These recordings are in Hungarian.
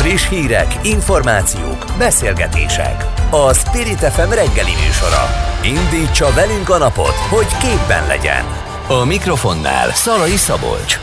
Friss hírek, információk, beszélgetések. A Spirit FM reggeli műsora. Indítsa velünk a napot, hogy képben legyen. A mikrofonnál Szalai Szabolcs.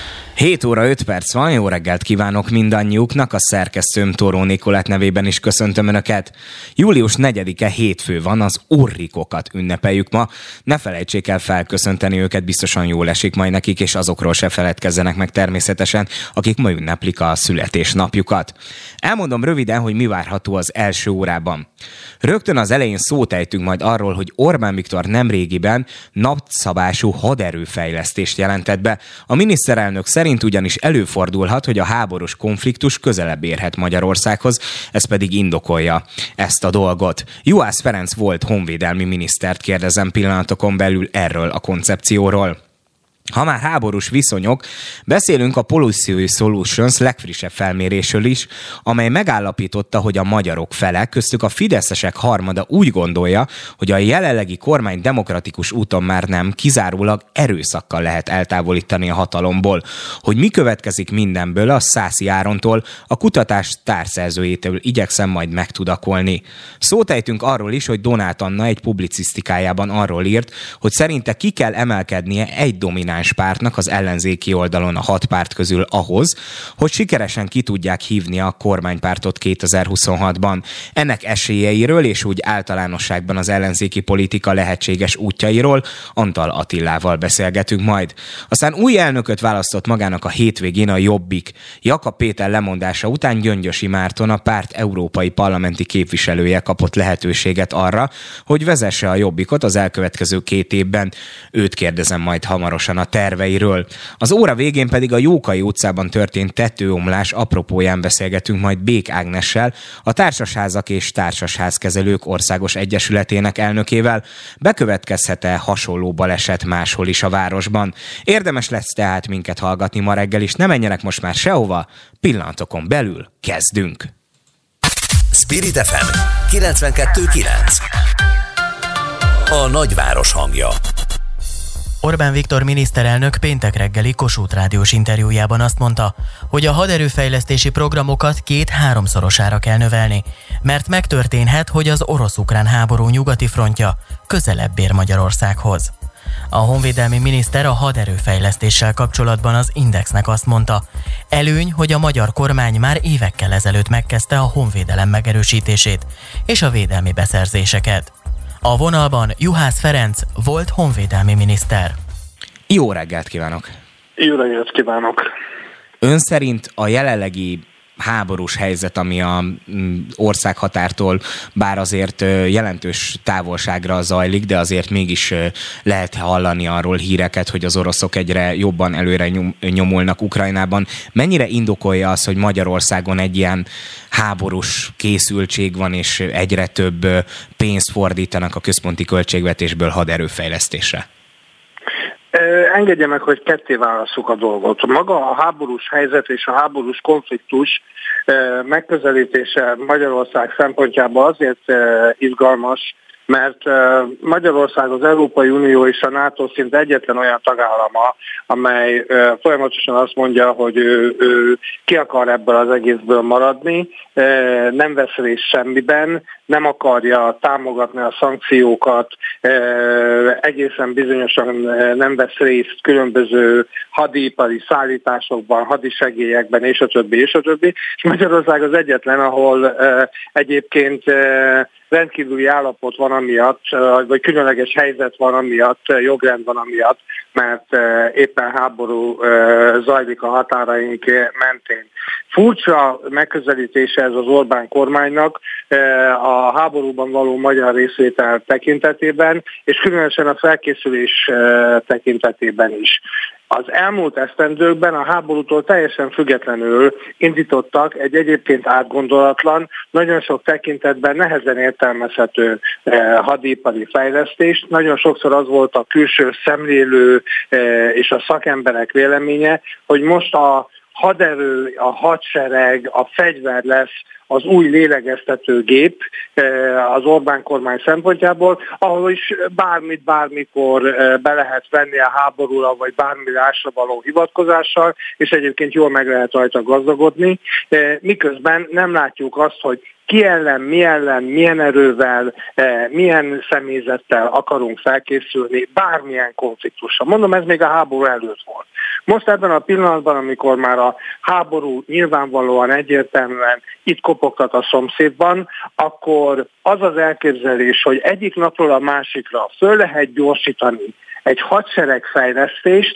7 óra 5 perc van, jó reggelt kívánok mindannyiuknak, a szerkesztőm Toró Nikolett nevében is köszöntöm Önöket. Július 4-e hétfő van, az Ulrikokat ünnepeljük ma. Ne felejtsék el felköszönteni őket, biztosan jól esik majd nekik, és azokról se feledkezzenek meg természetesen, akik ma ünneplik a születésnapjukat. Elmondom röviden, hogy mi várható az első órában. Rögtön az elején szót ejtünk majd arról, hogy Orbán Viktor nemrégiben nagyszabású haderőfejlesztést jelentett be. A miniszterelnök szerint ugyanis előfordulhat, hogy a háborús konfliktus közelebb érhet Magyarországhoz, ez pedig indokolja ezt a dolgot. Juhász Ferenc volt honvédelmi minisztert kérdezem pillanatokon belül erről a koncepcióról. Ha már háborús viszonyok, beszélünk a Policy Solutions legfrissebb felmérésről is, amely megállapította, hogy a magyarok fele, köztük a fideszesek harmada úgy gondolja, hogy a jelenlegi kormány demokratikus úton már nem, kizárólag erőszakkal lehet eltávolítani a hatalomból. Hogy mi következik mindenből, a Szászi Árontól, a kutatás társzerzőjétől igyekszem majd megtudakolni. Szót ejtünk arról is, hogy Donát Anna egy publicisztikájában arról írt, hogy szerinte ki kell emelkednie egy domináns pártnak az ellenzéki oldalon a 6 párt közül ahhoz, hogy sikeresen ki tudják hívni a kormánypártot 2026-ban. Ennek esélyeiről és úgy általánosságban az ellenzéki politika lehetséges útjairól Antal Attilával beszélgetünk majd. Aztán új elnököt választott magának a hétvégén a Jobbik. Jakab Péter lemondása után Gyöngyösi Márton, a párt európai parlamenti képviselője kapott lehetőséget arra, hogy vezesse a Jobbikot az elkövetkező 2 évben. Őt kérdezem majd hamarosan a terveiről. Az óra végén pedig a Jókai utcában történt tetőomlás apropóján beszélgetünk majd Bék Ágnessel, a Társasházak és Társasházkezelők Országos Egyesületének elnökével. Bekövetkezhet-e hasonló baleset máshol is a városban? Érdemes lesz tehát minket hallgatni ma reggel is, ne menjenek most már sehova, pillanatokon belül kezdünk. Spirit FM 92.9. A nagyváros hangja. Orbán Viktor miniszterelnök péntek reggeli Kossuth rádiós interjújában azt mondta, hogy a haderőfejlesztési programokat 2-3-szorosára kell növelni, mert megtörténhet, hogy az orosz-ukrán háború nyugati frontja közelebb ér Magyarországhoz. A honvédelmi miniszter a haderőfejlesztéssel kapcsolatban az Indexnek azt mondta, előny, hogy a magyar kormány már évekkel ezelőtt megkezdte a honvédelem megerősítését és a védelmi beszerzéseket. A vonalban Juhász Ferenc volt honvédelmi miniszter. Jó reggelt kívánok! Jó reggelt kívánok! Ön szerint a jelenlegi háborús helyzet, ami a országhatártól bár azért jelentős távolságra zajlik, de azért mégis lehet hallani arról híreket, hogy az oroszok egyre jobban előre nyomulnak Ukrajnában. Mennyire indokolja az, hogy Magyarországon egy ilyen háborús készültség van, és egyre több pénzt fordítanak a központi költségvetésből haderőfejlesztésre? Engedje meg, hogy ketté válasszuk a dolgot. Maga a háborús helyzet és a háborús konfliktus megközelítése Magyarország szempontjából azért izgalmas, mert Magyarország az Európai Unió és a NATO szinte egyetlen olyan tagállama, amely folyamatosan azt mondja, hogy ő ki akar ebből az egészből maradni, nem vesz részt semmiben, nem akarja támogatni a szankciókat, egészen bizonyosan nem vesz részt különböző hadipari szállításokban, hadisegélyekben, és a többi, és a többi. És Magyarország az egyetlen, ahol egyébként rendkívüli állapot van amiatt, vagy különleges helyzet van amiatt, jogrend van amiatt, mert éppen háború zajlik a határaink mentén. Furcsa megközelítése ez az Orbán kormánynak a háborúban való magyar részvétel tekintetében, és különösen a felkészülés tekintetében is. Az elmúlt esztendőkben a háborútól teljesen függetlenül indítottak egy egyébként átgondolatlan, nagyon sok tekintetben nehezen értelmezhető hadipari fejlesztést. Nagyon sokszor az volt a külső szemlélő és a szakemberek véleménye, hogy most a haderő, a hadsereg, a fegyver lesz az új lélegeztetőgép az Orbán kormány szempontjából, ahol is bármit, bármikor be lehet venni a háborúra, vagy bármire ásra való hivatkozással, és egyébként jól meg lehet rajta gazdagodni, miközben nem látjuk azt, hogy ki ellen, milyen erővel, milyen személyzettel akarunk felkészülni bármilyen konfliktusra. Mondom, ez még a háború előtt volt. Most ebben a pillanatban, amikor már a háború nyilvánvalóan egyértelműen itt kopogtat a szomszédban, akkor az az elképzelés, hogy egyik napról a másikra föl lehet gyorsítani egy hadseregfejlesztést,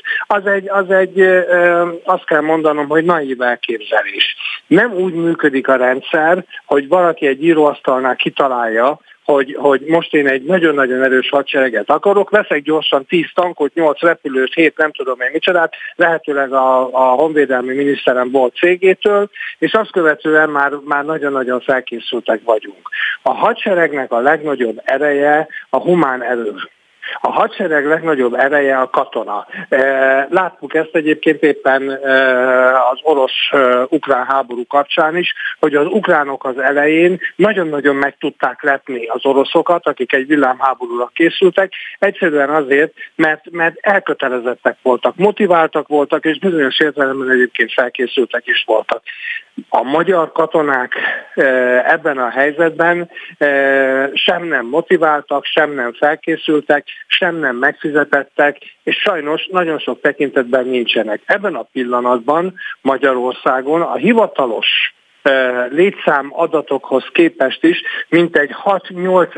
azt kell mondanom, hogy naív elképzelés. Nem úgy működik a rendszer, hogy valaki egy íróasztalnál kitalálja, hogy most én egy nagyon-nagyon erős hadsereget akarok, veszek gyorsan 10 tankot, 8 repülőt, 7 nem tudom én micsodát, lehetőleg a honvédelmi miniszterem volt cégétől, és azt követően már nagyon-nagyon felkészültek vagyunk. A hadseregnek a legnagyobb ereje a humán erő. A hadsereg legnagyobb ereje a katona. Láttuk ezt egyébként éppen az orosz-ukrán háború kapcsán is, hogy az ukránok az elején nagyon-nagyon meg tudták lepni az oroszokat, akik egy villámháborúra készültek, egyszerűen azért, mert elkötelezettek voltak, motiváltak voltak, és bizonyos értelemben egyébként felkészültek is voltak. A magyar katonák ebben a helyzetben sem nem motiváltak, sem nem felkészültek, sem nem megfizetettek, és sajnos nagyon sok tekintetben nincsenek. Ebben a pillanatban Magyarországon a hivatalos létszám adatokhoz képest is mintegy 6-8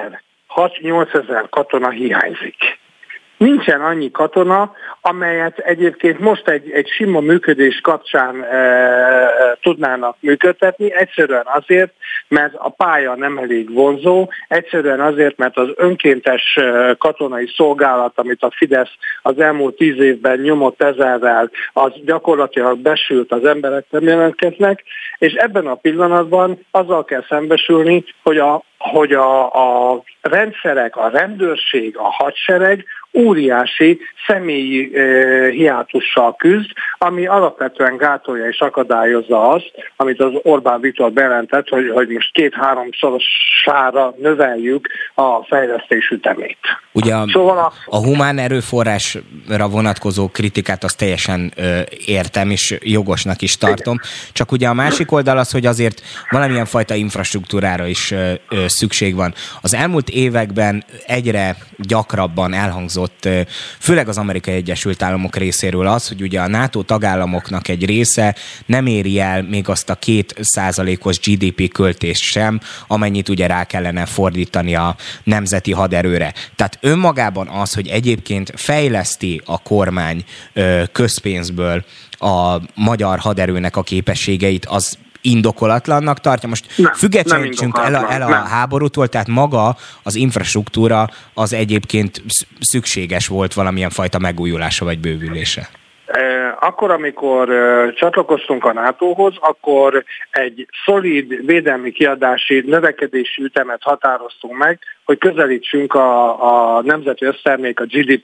ezer katona hiányzik. Nincsen annyi katona, amelyet egyébként most egy sima működés kapcsán tudnának működtetni, egyszerűen azért, mert a pálya nem elég vonzó, egyszerűen azért, mert az önkéntes katonai szolgálat, amit a Fidesz az elmúlt 10 évben nyomott ezerrel, az gyakorlatilag besült, az emberek nem jelentkeznek, és ebben a pillanatban azzal kell szembesülni, hogy a rendszerek, a rendőrség, a hadsereg óriási személyi hiátussal küzd, ami alapvetően gátolja és akadályozza azt, amit az Orbán Viktor bejelentett, hogy most 2-3-szorosára növeljük a fejlesztés ütemét. Ugye a humán erőforrásra vonatkozó kritikát azt teljesen értem, és jogosnak is tartom. Csak ugye a másik oldal az, hogy azért valamilyen fajta infrastruktúrára is szükség van. Az elmúlt években egyre gyakrabban elhangzott, főleg az Amerikai Egyesült Államok részéről az, hogy ugye a NATO tagállamoknak egy része nem éri el még azt a 2%-os GDP költést sem, amennyit ugye rá kellene fordítani a nemzeti haderőre. Tehát önmagában az, hogy egyébként fejleszti a kormány közpénzből a magyar haderőnek a képességeit, az indokolatlannak tartja. Most függetlenítsünk el a háborútól, tehát maga az infrastruktúra az egyébként szükséges volt valamilyen fajta megújulása vagy bővülése. Akkor, amikor csatlakoztunk a NATO-hoz, akkor egy szolid védelmi kiadási növekedési ütemet határoztunk meg, hogy közelítsünk a nemzeti össztermék a GDP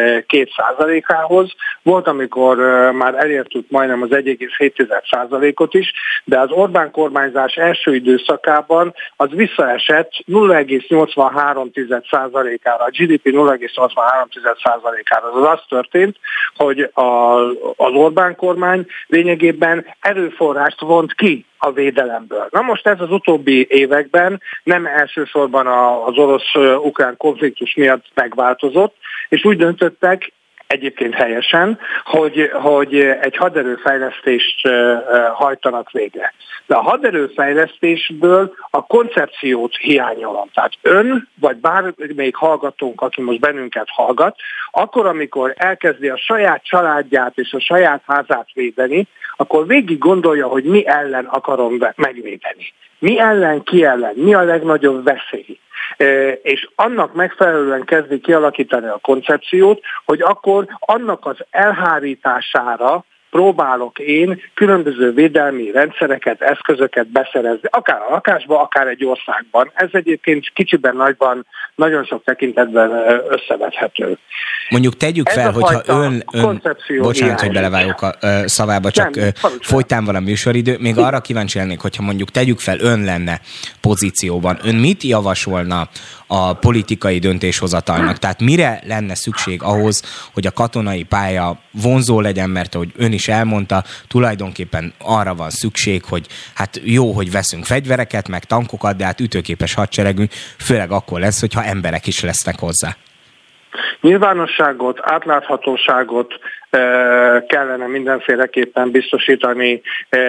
2%-ához. Volt, amikor már elértük majdnem az 1,7%-ot is, de az Orbán kormányzás első időszakában az visszaesett 0,83%-ára, a GDP 0,83%-ára. Az történt, hogy az Orbán kormány lényegében erőforrást vont ki a védelemből. Na most ez az utóbbi években nem elsősorban az orosz-ukrán konfliktus miatt megváltozott, és úgy döntöttek, egyébként helyesen, hogy egy haderőfejlesztést hajtanak végre. De a haderőfejlesztésből a koncepciót hiányolom. Tehát ön, vagy bármelyik hallgatónk, aki most bennünket hallgat, akkor, amikor elkezdi a saját családját és a saját házát védeni, akkor végig gondolja, hogy mi ellen akarom megvédeni. Mi ellen, ki ellen, mi a legnagyobb veszély. És annak megfelelően kezdi kialakítani a koncepciót, hogy akkor annak az elhárítására próbálok én különböző védelmi rendszereket, eszközöket beszerezni, akár a lakásban, akár egy országban. Ez egyébként kicsiben, nagyban, nagyon sok tekintetben összevethető. Mondjuk tegyük fel, hogyha ön bocsánat, hogy belevágok a szavába, csak folytán van a műsoridő, még arra kíváncsi lennék, hogyha mondjuk tegyük fel, ön lenne pozícióban, ön mit javasolna a politikai döntéshozatalnak? Tehát mire lenne szükség ahhoz, hogy a katonai pálya vonzó legyen, mert ahogy ön is elmondta, tulajdonképpen arra van szükség, hogy hát jó, hogy veszünk fegyvereket, meg tankokat, de hát ütőképes hadseregünk, főleg akkor lesz, hogyha emberek is lesznek hozzá. Nyilvánosságot, átláthatóságot kellene mindenféleképpen biztosítani,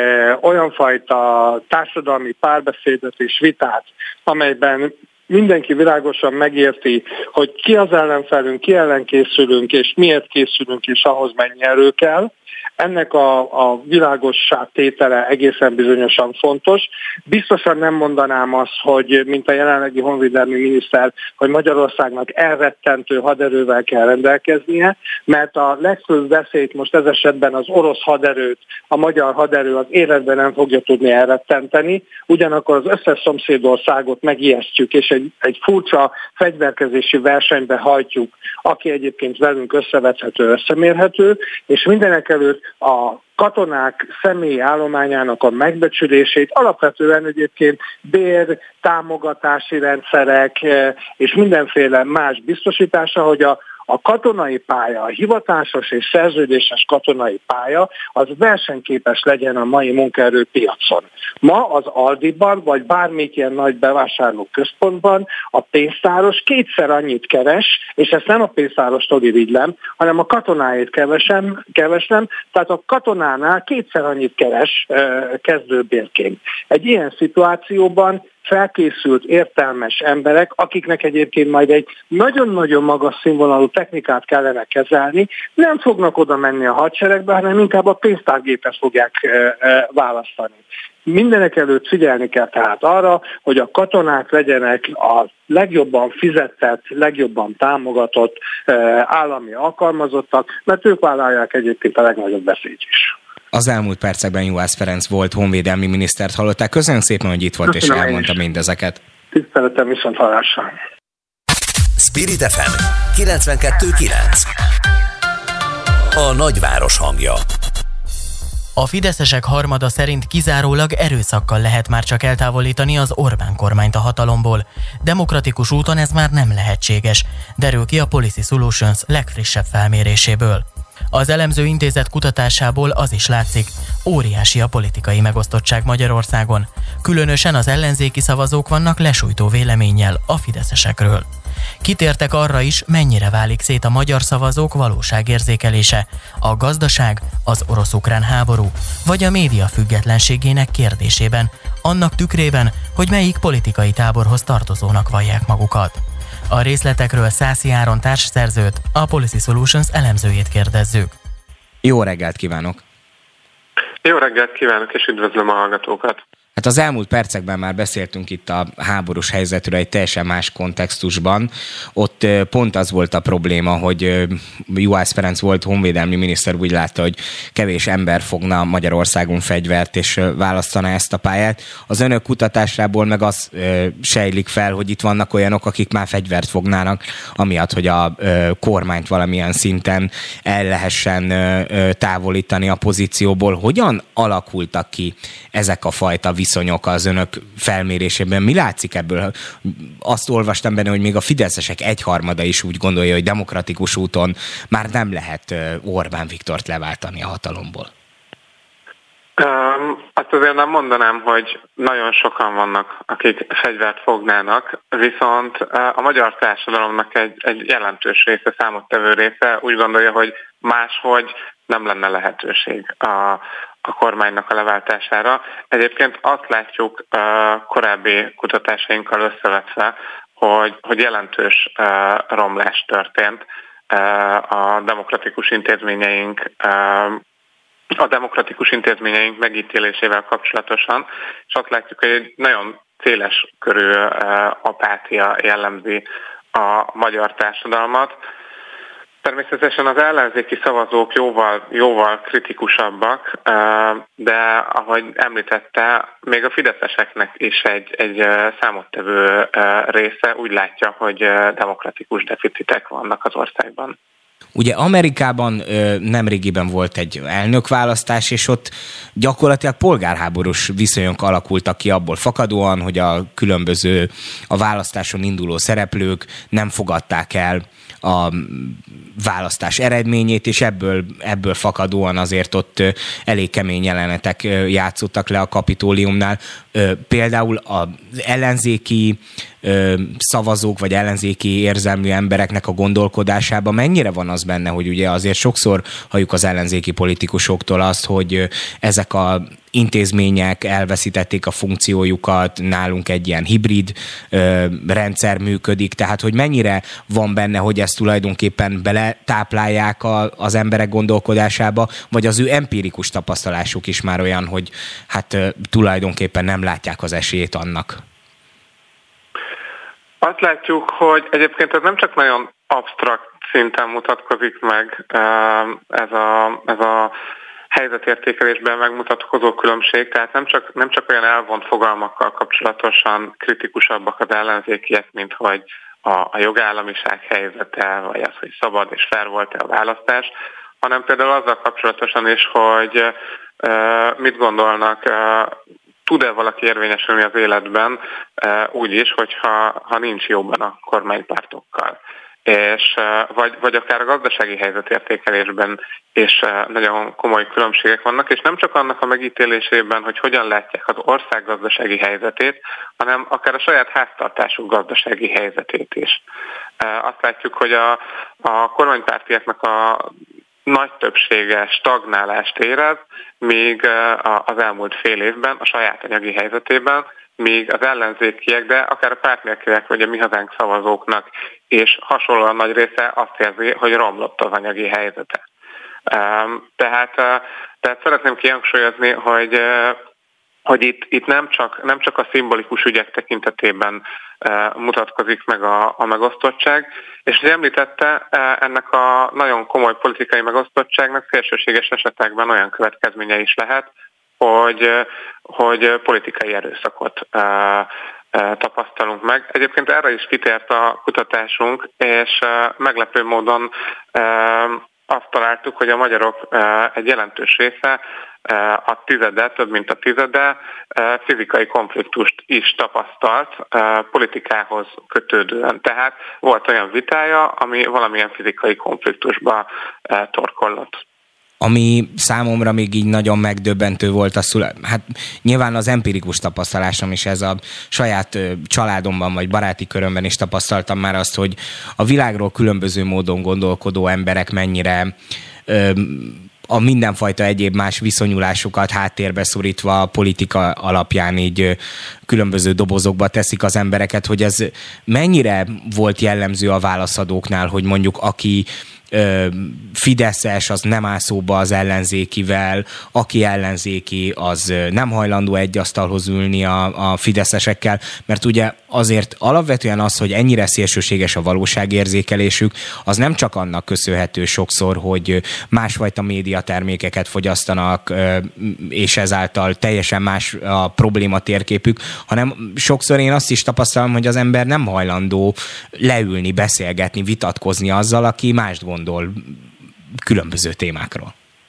olyan fajta társadalmi párbeszédet és vitát, amelyben mindenki világosan megérti, hogy ki az ellenfelünk, ki ellen készülünk, és miért készülünk, és ahhoz mennyi erő kell. Ennek a világossá tétele egészen bizonyosan fontos. Biztosan nem mondanám azt, hogy mint a jelenlegi honvédelmi miniszter, hogy Magyarországnak elrettentő haderővel kell rendelkeznie, mert a legfőbb veszélyt most ez esetben az orosz haderőt, a magyar haderő az életben nem fogja tudni elrettenteni, ugyanakkor az összes szomszédországot megijesztjük, és egy furcsa fegyverkezési versenybe hajtjuk, aki egyébként velünk összevethető, összemérhető, és mindenekelőtt a katonák személyi állományának a megbecsülését, alapvetően egyébként bér, támogatási rendszerek és mindenféle más biztosítása, hogy a katonai pálya, a hivatásos és szerződéses katonai pálya az versenyképes legyen a mai munkaerőpiacon. Ma az Aldiban, vagy bármelyik ilyen nagy bevásárló központban a pénztáros kétszer annyit keres, és ezt nem a pénztárostól irigylem, hanem a katonáért keveslem, tehát a katonánál kétszer annyit keres kezdőbérként. Egy ilyen szituációban felkészült, értelmes emberek, akiknek egyébként majd egy nagyon-nagyon magas színvonalú technikát kellene kezelni, nem fognak oda menni a hadseregbe, hanem inkább a pénztárgépet fogják választani. Mindenek előtt figyelni kell tehát arra, hogy a katonák legyenek a legjobban fizetett, legjobban támogatott állami alkalmazottak, mert ők vállalják egyébként a legnagyobb veszélyt is. Az elmúlt percekben Juhász Ferenc volt honvédelmi minisztert hallották. Köszönöm szépen, hogy itt volt. Köszönöm, és elmondta mindezeket. Tiszteletem, viszont hallásra. Spirit FM 92.9. A nagyváros hangja. A fideszesek harmada szerint kizárólag erőszakkal lehet már csak eltávolítani az Orbán kormányt a hatalomból. Demokratikus úton ez már nem lehetséges, derül ki a Policy Solutions legfrissebb felméréséből. Az elemző intézet kutatásából az is látszik, óriási a politikai megosztottság Magyarországon. Különösen az ellenzéki szavazók vannak lesújtó véleménnyel a fideszesekről. Kitértek arra is, mennyire válik szét a magyar szavazók valóságérzékelése, a gazdaság, az orosz-ukrán háború, vagy a média függetlenségének kérdésében, annak tükrében, hogy melyik politikai táborhoz tartozónak vallják magukat. A részletekről Szászi Áron társszerzőt, a Policy Solutions elemzőjét kérdezzük. Jó reggelt kívánok! Jó reggelt kívánok, és üdvözlöm a hallgatókat! Hát az elmúlt percekben már beszéltünk itt a háborús helyzetről egy teljesen más kontextusban. Ott pont az volt a probléma, hogy Juhász Ferenc volt honvédelmi miniszter, úgy látta, hogy kevés ember fogna Magyarországon fegyvert és választaná ezt a pályát. Az önök kutatásából meg az sejlik fel, hogy itt vannak olyanok, akik már fegyvert fognának, amiatt, hogy a kormányt valamilyen szinten el lehessen távolítani a pozícióból. Hogyan alakultak ki ezek a fajta viszonyok az önök felmérésében? Mi látszik ebből? Azt olvastam benne, hogy még a fideszesek egyharmada is úgy gondolja, hogy demokratikus úton már nem lehet Orbán Viktort leváltani a hatalomból. Azt azért nem mondanám, hogy nagyon sokan vannak, akik fegyvert fognának, viszont a magyar társadalomnak egy jelentős része, számottevő része úgy gondolja, hogy máshogy nem lenne lehetőség a kormánynak a leváltására. Egyébként azt látjuk korábbi kutatásainkkal összevetve, hogy jelentős romlás történt a demokratikus intézményeink megítélésével kapcsolatosan, és azt látjuk, hogy egy nagyon széles körű apátia jellemzi a magyar társadalmat. Természetesen az ellenzéki szavazók jóval kritikusabbak, de ahogy említette, még a fideszeseknek is egy számottevő része úgy látja, hogy demokratikus deficitek vannak az országban. Ugye Amerikában nemrégiben volt egy elnökválasztás, és ott gyakorlatilag polgárháborús viszonyok alakultak ki abból fakadóan, hogy a különböző a választáson induló szereplők nem fogadták el a választás eredményét, és ebből fakadóan azért ott elég kemény jelenetek játszottak le a Kapitóliumnál. Például az ellenzéki szavazók, vagy ellenzéki érzelmű embereknek a gondolkodásában mennyire van az benne, hogy ugye azért sokszor halljuk az ellenzéki politikusoktól azt, hogy ezek a intézmények elveszítették a funkciójukat, nálunk egy ilyen hibrid rendszer működik, tehát hogy mennyire van benne, hogy ezt tulajdonképpen beletáplálják az emberek gondolkodásába, vagy az ő empirikus tapasztalásuk is már olyan, hogy hát tulajdonképpen nem látják az esélyét annak. Azt látjuk, hogy egyébként ez nem csak nagyon absztrakt szinten mutatkozik meg ez a helyzetértékelésben megmutatkozó különbség, tehát nem csak olyan elvont fogalmakkal kapcsolatosan kritikusabbak az ellenzékiek, mint hogy a jogállamiság helyzete, vagy az, hogy szabad és fair volt-e a választás, hanem például azzal kapcsolatosan is, hogy mit gondolnak, tud-e valaki érvényesülni az életben úgy is, hogyha nincs jóban a kormánypártokkal. És vagy akár a gazdasági helyzetértékelésben is nagyon komoly különbségek vannak, és nem csak annak a megítélésében, hogy hogyan látják az ország gazdasági helyzetét, hanem akár a saját háztartásuk gazdasági helyzetét is. Azt látjuk, hogy a kormánypártiaknak a nagy többsége stagnálást érez, míg az elmúlt fél évben a saját anyagi helyzetében, míg az ellenzékiek, de akár a párt nélküliek, vagy a Mi Hazánk szavazóknak és hasonlóan nagy része azt érzi, hogy romlott az anyagi helyzete. Tehát szeretném kihangsúlyozni, hogy itt nem csak a szimbolikus ügyek tekintetében mutatkozik meg a megosztottság, és hogy említette, ennek a nagyon komoly politikai megosztottságnak szélsőséges esetekben olyan következménye is lehet, hogy politikai erőszakot tapasztalunk meg. Egyébként erre is kitért a kutatásunk, és meglepő módon azt találtuk, hogy a magyarok egy jelentős része több mint a tizede fizikai konfliktust is tapasztalt politikához kötődően. Tehát volt olyan vitája, ami valamilyen fizikai konfliktusba torkollott. Ami számomra még így nagyon megdöbbentő volt, hát nyilván az empirikus tapasztalásom is, ez a saját családomban vagy baráti körömben is tapasztaltam már azt, hogy a világról különböző módon gondolkodó emberek mennyire a mindenfajta egyéb más viszonyulásukat háttérbe szorítva a politika alapján így különböző dobozokba teszik az embereket, hogy ez mennyire volt jellemző a válaszadóknál, hogy mondjuk aki fideszes, az nem áll szóba az ellenzékivel, aki ellenzéki, az nem hajlandó egy asztalhoz ülni a fideszesekkel, mert ugye azért alapvetően az, hogy ennyire szélsőséges a valóságérzékelésük, az nem csak annak köszönhető sokszor, hogy másfajta médiatermékeket fogyasztanak, és ezáltal teljesen más a probléma térképük, hanem sokszor én azt is tapasztalom, hogy az ember nem hajlandó leülni, beszélgetni, vitatkozni azzal, aki mást gondol különböző témákról.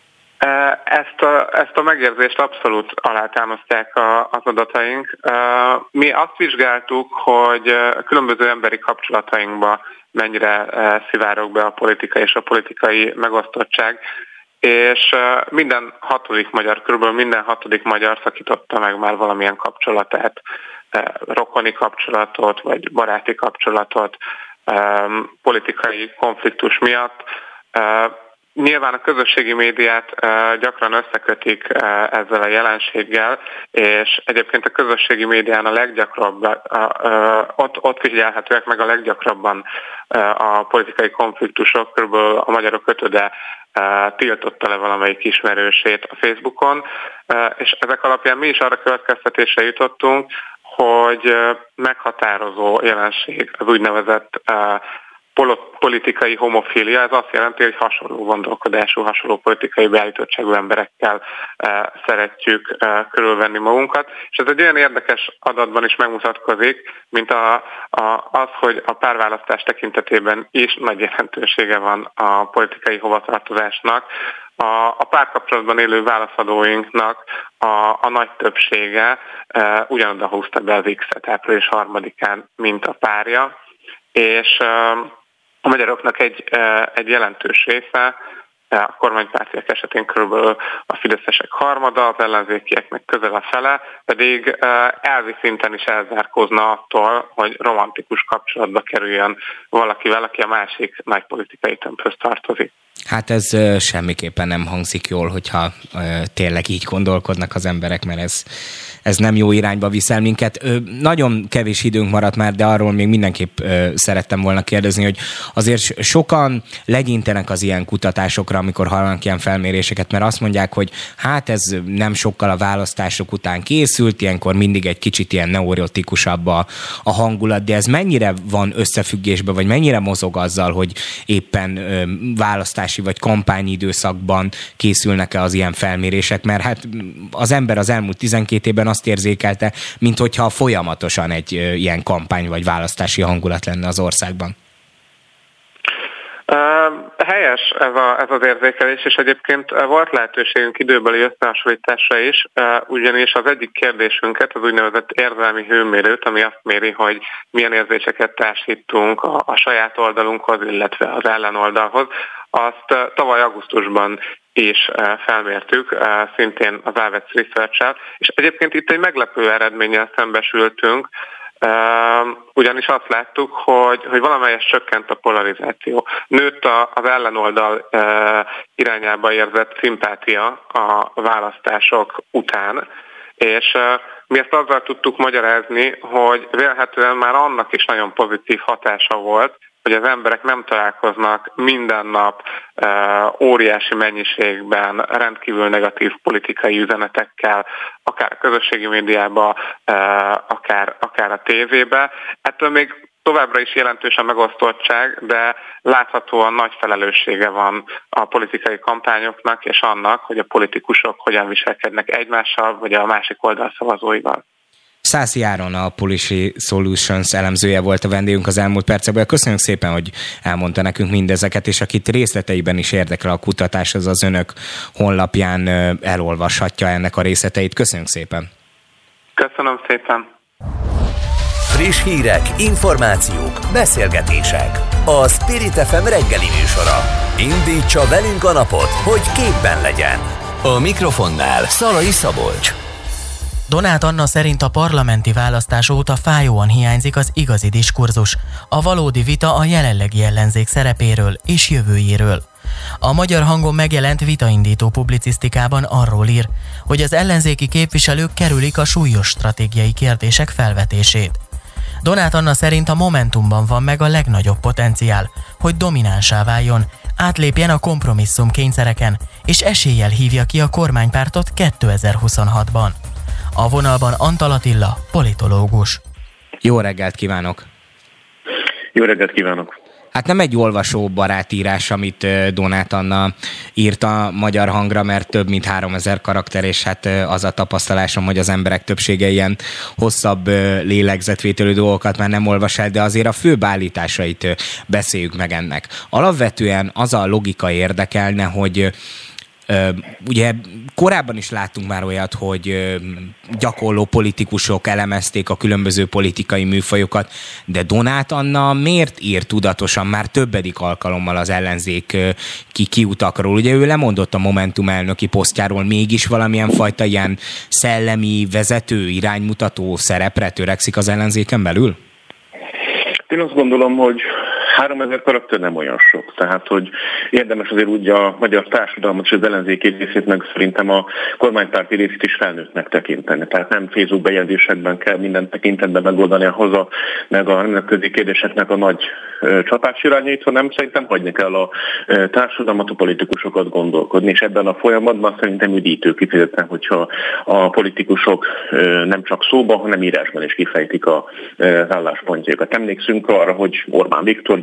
Ezt a megérzést abszolút alátámasztják az adataink. Mi azt vizsgáltuk, hogy különböző emberi kapcsolatainkba mennyire szivárog be a politika és a politikai megosztottság, és minden hatodik magyar, körülbelül minden hatodik magyar szakította meg már valamilyen kapcsolatát, rokoni kapcsolatot, vagy baráti kapcsolatot, politikai konfliktus miatt. Nyilván a közösségi médiát gyakran összekötik ezzel a jelenséggel, és egyébként a közösségi médián a leggyakrabban, ott figyelhetőek meg a leggyakrabban a politikai konfliktusok, kb. A magyarok 5-öde tiltotta le valamelyik ismerősét a Facebookon, és ezek alapján mi is arra következtetésre jutottunk, hogy meghatározó jelenség az úgynevezett politikai homofília, ez azt jelenti, hogy hasonló gondolkodású, hasonló politikai beállítottságú emberekkel szeretjük körülvenni magunkat. És ez egy olyan érdekes adatban is megmutatkozik, mint az, hogy a párválasztás tekintetében is nagy jelentősége van a politikai hovatartozásnak. A párkapcsolatban élő válaszadóinknak a nagy többsége ugyanoda húzta be az X-et április 3-án, mint a párja, és a magyaroknak egy jelentős része, a kormánypártiak esetén körülbelül a fideszesek harmada, az ellenzékieknek közel a fele, pedig elvi szinten is elzárkózna attól, hogy romantikus kapcsolatba kerüljön valakivel, aki a másik nagy politikai tömbhöz tartozik. Hát ez semmiképpen nem hangzik jól, hogyha tényleg így gondolkodnak az emberek, mert ez nem jó irányba viszel minket. Nagyon kevés időnk maradt már, de arról még mindenképp szerettem volna kérdezni, hogy azért sokan legyintenek az ilyen kutatásokra, amikor hallanak ilyen felméréseket, mert azt mondják, hogy hát ez nem sokkal a választások után készült, ilyenkor mindig egy kicsit ilyen neurotikusabb a hangulat, de ez mennyire van összefüggésben, vagy mennyire mozog azzal, hogy éppen választási vagy kampányidőszakban készülnek-e az ilyen felmérések, mert hát az ember az elmúlt 12 évben azt érzékelte, minthogyha folyamatosan egy ilyen kampány vagy választási hangulat lenne az országban. Helyes ez az érzékelés, és egyébként volt lehetőségünk időbeli összehasonlításra is, ugyanis az egyik kérdésünket, az úgynevezett érzelmi hőmérőt, ami azt méri, hogy milyen érzéseket társítunk a saját oldalunkhoz, illetve az ellenoldalhoz, azt tavaly augusztusban is felmértük, szintén az Avets Research-el, és egyébként itt egy meglepő eredménnyel szembesültünk, ugyanis azt láttuk, hogy valamelyest csökkent a polarizáció. Nőtt az ellenoldal irányába érzett szimpátia a választások után, és mi ezt azzal tudtuk magyarázni, hogy vélhetően már annak is nagyon pozitív hatása volt, hogy az emberek nem találkoznak minden nap óriási mennyiségben rendkívül negatív politikai üzenetekkel, akár a közösségi médiában, akár a tévében. Ettől még továbbra is jelentős a megosztottság, de láthatóan nagy felelőssége van a politikai kampányoknak, és annak, hogy a politikusok hogyan viselkednek egymással, vagy a másik oldal szavazóival. Szászi Áron, a Policy Solutions elemzője volt a vendégünk az elmúlt percekben. Köszönjük szépen, hogy elmondta nekünk mindezeket, és akit részleteiben is érdekel a kutatás, az önök honlapján elolvashatja ennek a részleteit. Köszönjük szépen! Köszönöm szépen! Friss hírek, információk, beszélgetések. A Spirit FM reggeli műsora. Indítsa velünk a napot, hogy képben legyen. A mikrofonnál Szalai Szabolcs. Donát Anna szerint a parlamenti választás óta fájóan hiányzik az igazi diskurzus, a valódi vita a jelenlegi ellenzék szerepéről és jövőjéről. A Magyar Hangon megjelent vitaindító publicisztikában arról ír, hogy az ellenzéki képviselők kerülik a súlyos stratégiai kérdések felvetését. Donát Anna szerint a Momentumban van meg a legnagyobb potenciál, hogy dominánsá váljon, átlépjen a kompromisszum kényszereken, és eséllyel hívja ki a kormánypártot 2026-ban. A vonalban Antal Attila, politológus. Jó reggelt kívánok! Jó reggelt kívánok! Hát nem egy olvasóbarát írás, amit Donát Anna írt a Magyar Hangra, mert több mint 3000 karakter, és hát az a tapasztalásom, hogy az emberek többsége ilyen hosszabb lélegzetvételű dolgokat már nem olvas el, de azért a főbb állításait beszéljük meg ennek. Alapvetően az a logika érdekelne, hogy ugye korábban is láttunk már olyat, hogy gyakorló politikusok elemezték a különböző politikai műfajokat, de Donát Anna miért ír tudatosan már többedik alkalommal az ellenzék kiutakról? Ugye ő lemondott a Momentum elnöki posztjáról, mégis valamilyen fajta ilyen szellemi vezető, iránymutató szerepre törekszik az ellenzéken belül? Én azt gondolom, hogy 3000 karakter nem olyan sok, tehát hogy érdemes azért úgy a magyar társadalmat és az ellenzéki részét, meg szerintem a kormánypárti részét is felnőttnek tekinteni. Tehát nem Facebook bejegyzésekben kell minden tekintetben megoldani a haza, meg a nemzetközi kérdéseknek a nagy csapásirányait, hanem szerintem hagyni kell a társadalmat, a politikusokat gondolkodni, és ebben a folyamatban szerintem üdítő kifejezetten, hogyha a politikusok nem csak szóban, hanem írásban is kifejtik az álláspontjaikat. Emlékszünk arra, hogy Orbán Viktor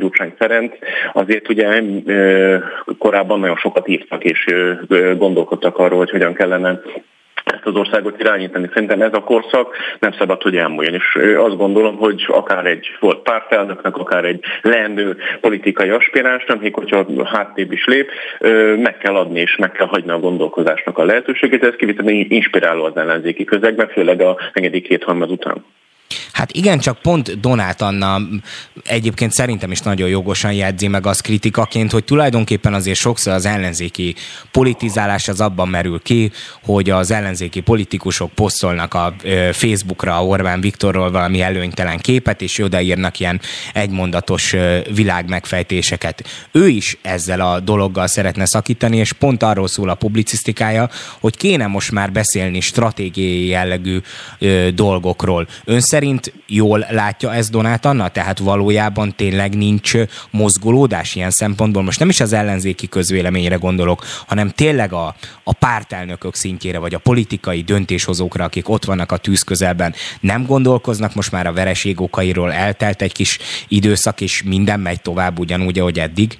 Gyurcsány Ferenc azért ugye korábban nagyon sokat írtak és gondolkodtak arról, hogy hogyan kellene ezt az országot irányítani. Szerintem ez a korszak nem szabad, hogy elmúljon. És azt gondolom, hogy akár egy volt pártelnöknek, akár egy leendő politikai aspiránsnak, még hogyha hátrébb is lép, meg kell adni és meg kell hagyni a gondolkozásnak a lehetőségét. Ez kivitelni inspiráló az ellenzéki közegben, főleg a negyedik kétharmad után. Hát igen, csak pont Donát Anna egyébként szerintem is nagyon jogosan jegyzi meg azt kritikaként, hogy tulajdonképpen azért sokszor az ellenzéki politizálás az abban merül ki, hogy az ellenzéki politikusok posztolnak a Facebookra Orbán Viktorról valami előnytelen képet, és odaírnak ilyen egymondatos világmegfejtéseket. Ő is ezzel a dologgal szeretne szakítani, és pont arról szól a publicisztikája, hogy kéne most már beszélni stratégiai jellegű dolgokról. Ön szerint jól látja ezt Donát Anna? Tehát valójában tényleg nincs mozgolódás ilyen szempontból? Most nem is az ellenzéki közvéleményre gondolok, hanem tényleg a pártelnökök szintjére, vagy a politikai döntéshozókra, akik ott vannak a tűz közelben, nem gondolkoznak most már a vereség okairól, eltelt egy kis időszak, és minden megy tovább ugyanúgy, ahogy eddig?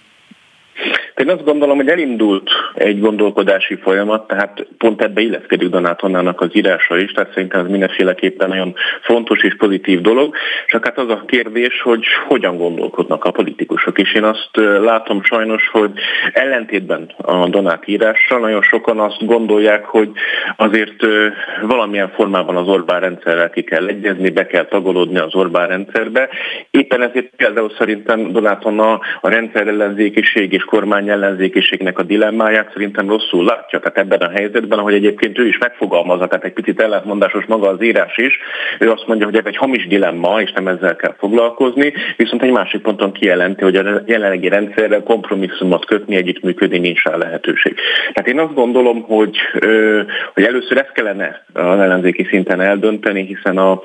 Én azt gondolom, hogy elindult egy gondolkodási folyamat, tehát pont ebbe illeszkedik Donát Annának az írása is, tehát szerintem ez mindenféleképpen nagyon fontos és pozitív dolog, csak hát az a kérdés, hogy hogyan gondolkodnak a politikusok, és én azt látom sajnos, hogy ellentétben a Donát írással nagyon sokan azt gondolják, hogy azért valamilyen formában az Orbán rendszerrel ki kell egyezni, be kell tagolódni az Orbán rendszerbe. Éppen ezért például szerintem Donát Anna a rendszerellenzékiség és kormány ellenzékiségnek a dilemmáját szerintem rosszul látja. Tehát ebben a helyzetben, ahogy egyébként ő is megfogalmazza, tehát egy picit ellentmondásos maga az írás is, ő azt mondja, hogy ez egy hamis dilemma, és nem ezzel kell foglalkozni, viszont egy másik ponton kijelenti, hogy a jelenlegi rendszerrel kompromisszumot kötni, együttműködni nincs rá lehetőség. Tehát én azt gondolom, hogy először ezt kellene az ellenzéki szinten eldönteni, hiszen a